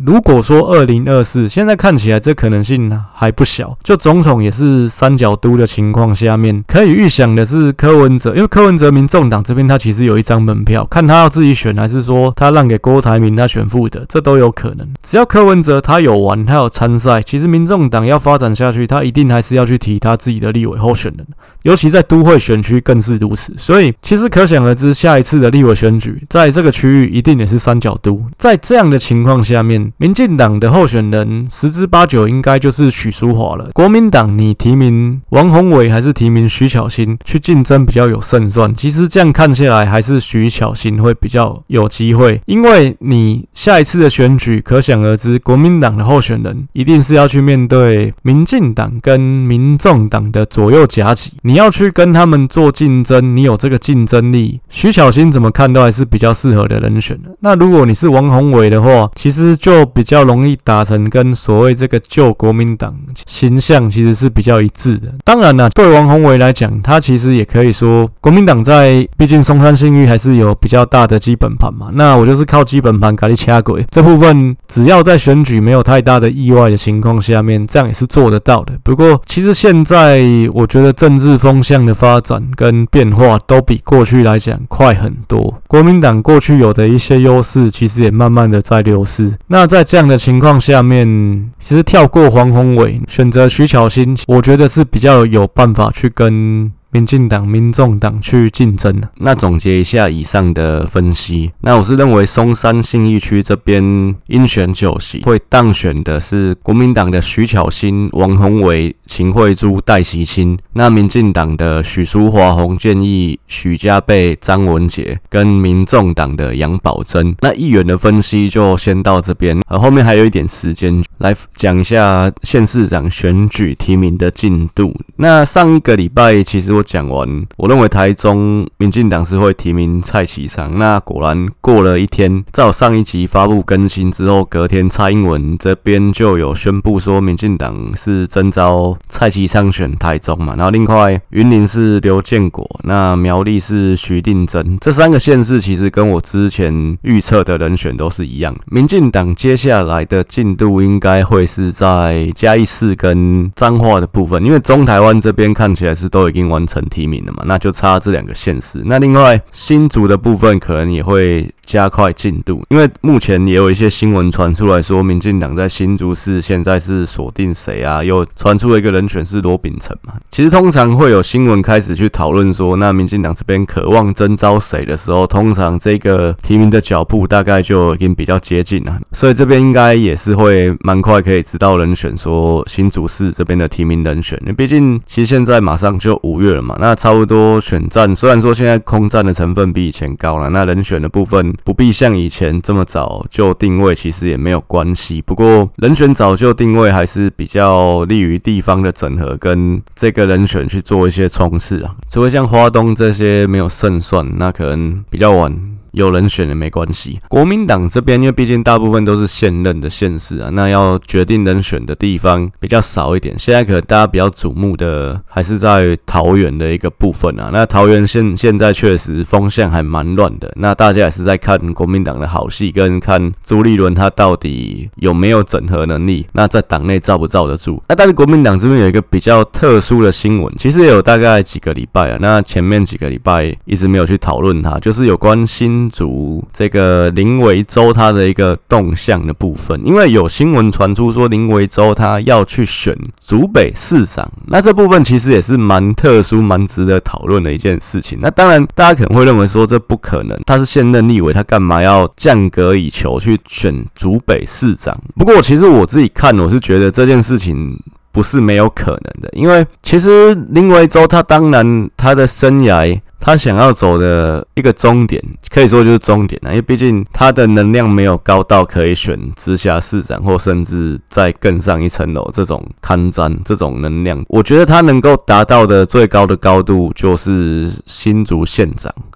如果说二零二四现在看起来这可能性还不小，就总统也是三角都的情况下面，可以预想的是柯文哲，因为柯文哲民众党这边他其实有一张门票，看他要自己选还是说他让给郭台铭他选副的，这都有可能。只要柯文哲他有玩，他有参赛，其实民众党要发展下去，他一定还是要去提他自己的立委候选人，尤其在都会选区更是如此。所以其实可想而知，下一次的立委选举在这个区域一定也是三角都。在这样的情况下面，民进党的候选人十之八九应该就是许淑华了。国民党你提名王宏伟还是提名徐巧芯去竞争比较有胜算，其实这样看下来还是徐巧芯会比较有机会，因为你下一次的选举可想而知，国民党的候选人一定是要去面对民进党跟民众党的左右夹击，你要去跟他们做竞争，你有这个竞争力，徐巧芯怎么看都还是比较适合的人选的。那如果你是王宏伟的话，其实就比较容易达成跟所谓这个旧国民党形象其实是比较一致的。当然啦，对王宏伟来讲，他其实也可以说国民党在毕竟松山信义还是有比较大的基本盘嘛，那我就是靠基本盘给你掐鬼，这部分只要在选举没有太大的意外的情况下面，这样也是做得到的。不过其实现在我觉得政治风向的发展跟变化都比过去来讲快很多，国民党过去有的一些优势其实也慢慢的在流失。那在这样的情况下面，其实跳过黄宏伟选择徐巧芯，我觉得是比较有办法去跟民进党、民众党去竞争。 那总结一下以上的分析，那我是认为松山信义区这边应选九席会当选的是国民党的徐巧芯、王宏伟、秦慧珠、戴习清，那民进党的许淑华、洪建义、许家贝、张文杰跟民众党的杨宝珍。那议员的分析就先到这边，而后面还有一点时间来讲一下县市长选举提名的进度。那上一个礼拜其实我讲完，我认为台中民进党是会提名蔡其昌，那果然过了一天，在我上一集发布更新之后，隔天蔡英文这边就有宣布说民进党是征召蔡其昌选台中嘛，然后另外云林是刘建国，那苗栗是徐定珍，这三个县市其实跟我之前预测的人选都是一样。民进党接下来的进度应该会是在嘉义市跟彰化的部分，因为中台湾这边看起来是都已经完成提名了嘛，那就差这两个县市。那另外新竹的部分可能也会加快进度，因为目前也有一些新闻传出来说，民进党在新竹市现在是锁定谁啊？又传出了一个人选是罗秉成嘛。其实通常会有新闻开始去讨论说，那民进党这边渴望征召谁的时候，通常这个提名的脚步大概就已经比较接近了，所以这边应该也是会蛮快可以知道人选，说新竹市这边的提名人选。毕竟其实现在马上就五月了嘛，那差不多选战虽然说现在空战的成分比以前高了，那人选的部分不必像以前这么早就定位，其实也没有关系。不过人选早就定位还是比较利于地方的整合跟这个人选去做一些冲刺啊。除非像花东这些没有胜算，那可能比较晚有人选也没关系。国民党这边因为毕竟大部分都是现任的县市啊，那要决定人选的地方比较少一点。现在可能大家比较瞩目的还是在桃园的一个部分啊。那桃园现现在确实风向还蛮乱的，那大家也是在看国民党的好戏，跟看朱立伦他到底有没有整合能力，那在党内罩不罩得住。那但是国民党这边有一个比较特殊的新闻，其实也有大概几个礼拜啊，那前面几个礼拜一直没有去讨论它，就是有关新竹这个林维洲他的一个动向的部分。因为有新闻传出说林维洲他要去选竹北市长，那这部分其实也是蛮特殊蛮值得讨论的一件事情。那当然大家可能会认为说这不可能，他是现任立委，他干嘛要降格以求去选竹北市长。不过其实我自己看，我是觉得这件事情不是没有可能的，因为其实林维洲他当然他的生涯他想要走的一个终点，可以说就是终点啊，因为毕竟他的能量没有高到可以选直辖市长，或甚至再更上一层楼这种堪瞻这种能量。我觉得他能够达到的最高的高度就是新竹县长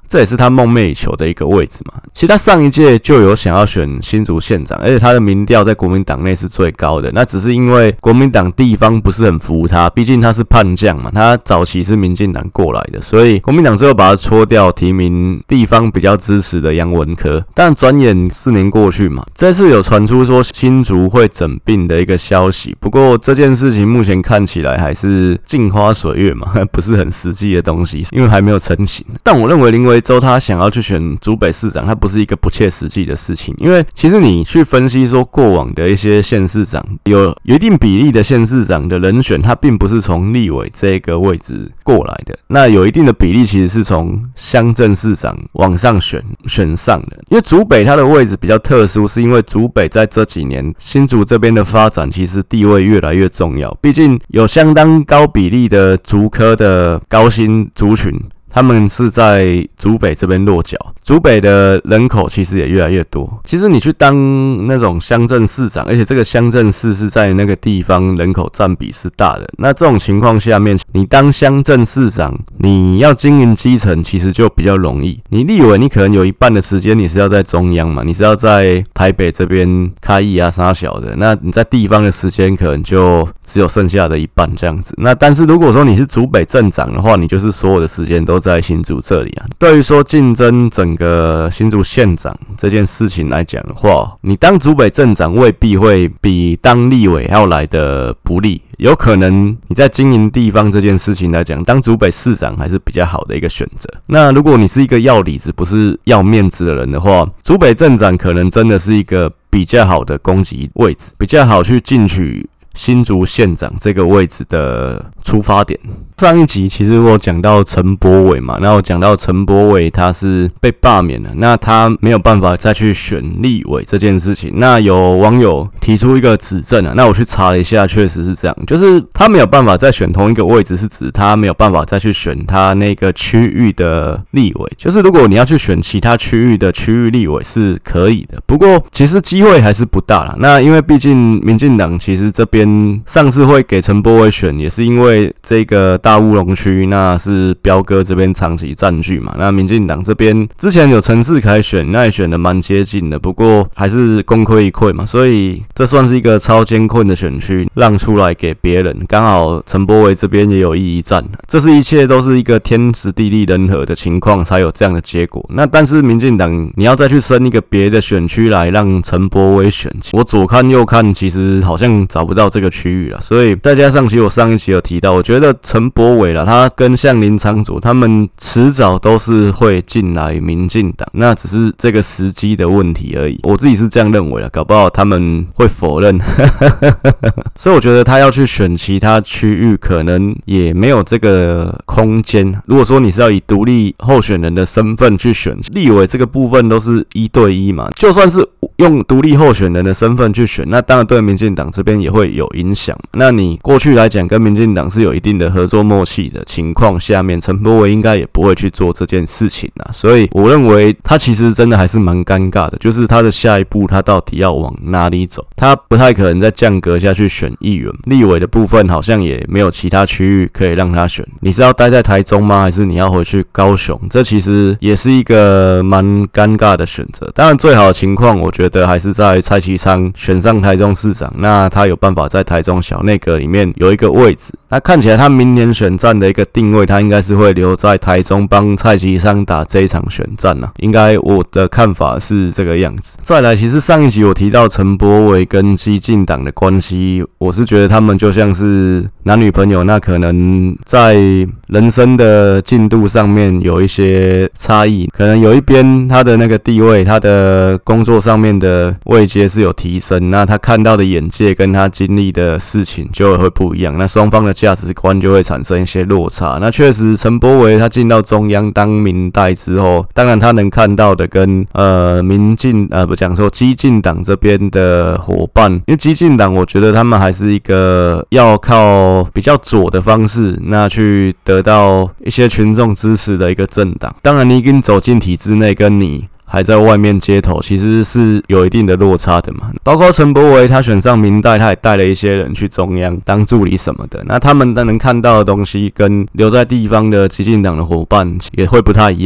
这也是他梦寐以求的一个位置嘛。其实他上一届就有想要选新竹县长，而且他的民调在国民党内是最高的，那只是因为国民党地方不是很服他，毕竟他是叛将嘛，他早期是民进党过来的，所以国民党最后把他戳掉，提名地方比较支持的杨文科。但转眼四年过去嘛，这次有传出说新竹会整并的一个消息，不过这件事情目前看起来还是镜花水月嘛，不是很实际的东西，因为还没有成型。但我认为林维洲他想要去选竹北市长，他不是一个不切实际的事情，因为其实你去分析说过往的一些县市长，有有一定比例的县市长的人选，他并不是从立委这个位置过来的，那有一定的比例其实是从乡镇市长往上选选上的。因为竹北它的位置比较特殊，是因为竹北在这几年新竹这边的发展其实地位越来越重要，毕竟有相当高比例的竹科的高薪族群，他们是在竹北这边落脚，竹北的人口其实也越来越多。其实你去当那种乡镇市长，而且这个乡镇市是在那个地方人口占比是大的，那这种情况下面，你当乡镇市长，你要经营基层其实就比较容易。你立委你可能有一半的时间你是要在中央嘛，你是要在台北这边开议啊啥小的，那你在地方的时间可能就只有剩下的一半这样子。那但是如果说你是竹北镇长的话，你就是所有的时间都在新竹这里啊。对于说竞争整个新竹县长这件事情来讲的话，你当竹北镇长未必会比当立委要来的不利，有可能你在经营地方这件事情来讲，当竹北市长还是比较好的一个选择。那如果你是一个要里子不是要面子的人的话，竹北镇长可能真的是一个比较好的攻击位置，比较好去进取新竹县长这个位置的出发点。上一集其实我讲到陈柏惟嘛，那我讲到陈柏惟他是被罢免了，那他没有办法再去选立委这件事情，那有网友提出一个指证啊，那我去查了一下，确实是这样，就是他没有办法再选同一个位置，是指他没有办法再去选他那个区域的立委，就是如果你要去选其他区域的区域立委是可以的，不过其实机会还是不大啦。那因为毕竟民进党其实这边上次会给陈柏惟选，也是因为这个大乌龙区那是彪哥这边长期占据嘛，那民进党这边之前有陈世凯选，那也选得蛮接近的，不过还是功亏一篑嘛，所以这算是一个超艰困的选区让出来给别人，刚好陈柏惟这边也有异议战，这是一切都是一个天时地利人和的情况才有这样的结果。那但是民进党你要再去升一个别的选区来让陈柏惟选，我左看右看其实好像找不到这个区域了，所以再加上其实我上一期有提到，我觉得陈柏惟啦，他跟像林昶佐他们迟早都是会进来民进党，那只是这个时机的问题而已，我自己是这样认为啦，搞不好他们会否认所以我觉得他要去选其他区域可能也没有这个空间。如果说你是要以独立候选人的身份去选立委，这个部分都是一对一嘛，就算是用独立候选人的身份去选，那当然对民进党这边也会有影响。那你过去来讲跟民进党是有一定的合作默契的情况下面，陈柏惟应该也不会去做这件事情啊。所以我认为他其实真的还是蛮尴尬的，就是他的下一步他到底要往哪里走，他不太可能再降格下去选议员，立委的部分好像也没有其他区域可以让他选，你是要待在台中吗？还是你要回去高雄？这其实也是一个蛮尴尬的选择。当然最好的情况我觉得还是在蔡其昌选上台中市长，那他有办法在台中小内阁里面有一个位置，那看起来他明年选战的一个定位，他应该是会留在台中帮蔡其昌打这一场选战啦，应该我的看法是这个样子。再来，其实上一集我提到陈柏惟跟基进党的关系，我是觉得他们就像是男女朋友，那可能在人生的进度上面有一些差异，可能有一边他的那个地位，他的工作上面的位阶是有提升，那他看到的眼界跟他经历的事情就会不一样，那双方的价值观就会产生一些落差。那确实陈柏惟他进到中央当民代之后，当然他能看到的跟呃民进呃不讲说基进党这边的伙伴，因为基进党我觉得他们还是一个要靠比较左的方式那去得到一些群众支持的一个政党。当然你已经走进体制内，跟你还在外面街头其实是有一定的落差的嘛。包括陈柏惟他选上民代，他也带了一些人去中央当助理什么的，那他们能看到的东西跟留在地方的基进党的伙伴也会不太一样。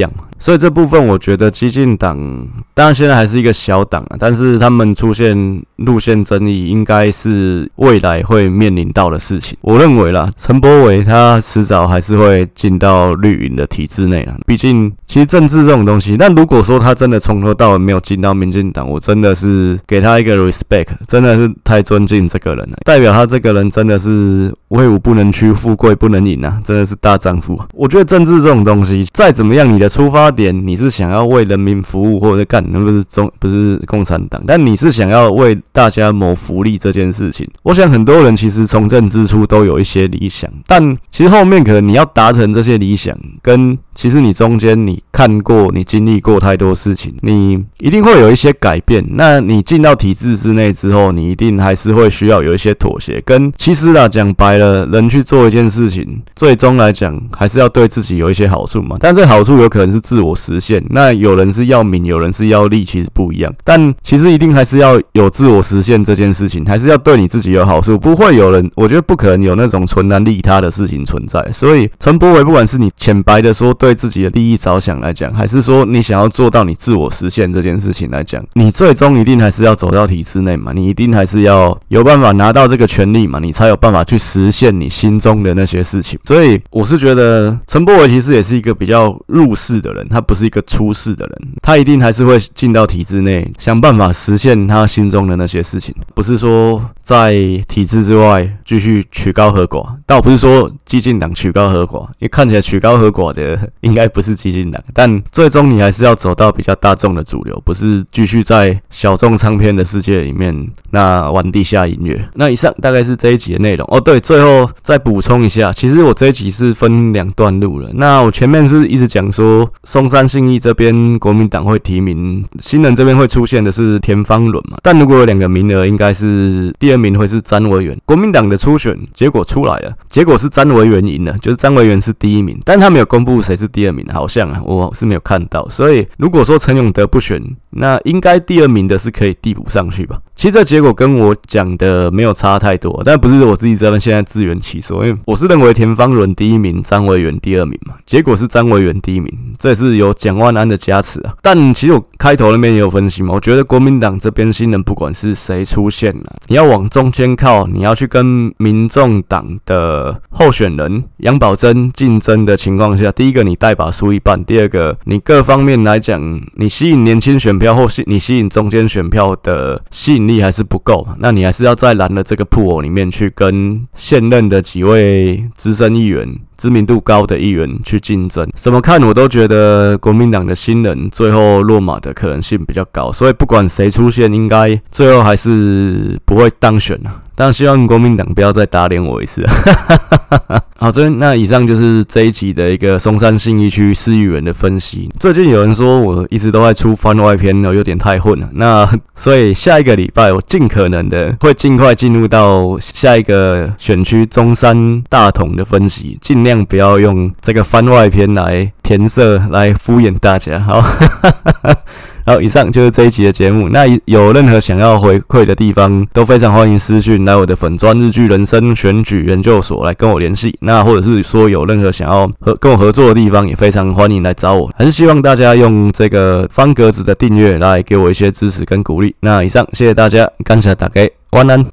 所以这部分我觉得基进党当然现在还是一个小党啊，但是他们出现路线争议，应该是未来会面临到的事情。我认为啦，陈柏惟他迟早还是会进到绿营的体制内啊。毕竟，其实政治这种东西，但如果说他真的从头到尾没有进到民进党，我真的是给他一个 respect， 真的是太尊敬这个人了，代表他这个人真的是威武不能屈，富贵不能淫啊，真的是大丈夫啊。我觉得政治这种东西，再怎么样，你的出发点你是想要为人民服务，或者干那不是中不是共产党，但你是想要为大家谋福利这件事情，我想很多人其实从政之初都有一些理想，但其实后面可能你要达成这些理想，跟其实你中间你看过、你经历过太多事情，你一定会有一些改变。那你进到体制之内之后，你一定还是会需要有一些妥协。跟其实啦，讲白了，人去做一件事情，最终来讲还是要对自己有一些好处嘛。但这好处有可能是自我实现，那有人是要名，有人是要利，其实不一样。但其实一定还是要有自我实现这件事情，还是要对你自己有好处。不会有人，我觉得不可能有那种纯然利他的事情存在。所以陈柏惟，不管是你浅白的说对自己的利益着想来讲，还是说你想要做到你自我实现这件事情来讲，你最终一定还是要走到体制内嘛，你一定还是要有办法拿到这个权利嘛，你才有办法去实现你心中的那些事情。所以我是觉得陈柏惟其实也是一个比较入世的人，他不是一个出世的人，他一定还是会进到体制内，想办法实现他心中的那些事情，不是说在体制之外继续曲高和寡。但我不是说基进党曲高和寡，因为看起来曲高和寡的应该不是基进党，但最终你还是要走到比较大众的主流，不是继续在小众唱片的世界里面那玩地下音乐。那以上大概是这一集的内容哦。对，最后再补充一下，其实我这一集是分两段录了。那我前面是一直讲说松山信义这边国民党会提名，新人这边会出现的是田方伦嘛，但如果有两个名额，应该是第二名会是詹维元。国民党的初选结果出来了，结果是詹维元赢了，就是詹维元是第一名，但他没有公布谁是第二名，好像啊，我是没有看到。所以如果说陈永德不选，那应该第二名的是可以递补上去吧。其实这结果跟我讲的没有差太多，但不是我自己这边现在自圆其说，因为我是认为田方伦第一名，詹维元第二名嘛，结果是詹维元第一名，这也是有蒋万安的加持啊。但其实我开头那边也有分析嘛，我觉得国民党这边新人不管是谁出现啊，你要往中间靠，你要去跟民众党的候选人杨宝珍竞争的情况下，第一个你带把输一半，第二个你各方面来讲，你吸引年轻选票或你吸引中间选票的吸引力还是不够，那你还是要在蓝的这个pool里面去跟现任的几位资深议员、知名度高的议员去竞争。怎么看我都觉得国民党的新人最后落马的可能性比较高，所以不管谁出现，应该最后还是不会当选啊。当然希望国民党不要再打脸我一次好，这边那以上就是这一集的一个松山信义区市议员的分析。最近有人说我一直都在出番外篇，有点太混了，那所以下一个礼拜我尽可能的会尽快进入到下一个选区中山大同的分析，尽量不要用这个番外篇来填色来敷衍大家。好好，以上就是这一集的节目。那有任何想要回馈的地方，都非常欢迎私讯来我的粉专日剧人生选举研究所来跟我联系。那或者是说有任何想要和跟我合作的地方，也非常欢迎来找我。还是希望大家用这个方格子的订阅来给我一些支持跟鼓励。那以上，谢谢大家，感谢大家，晚安。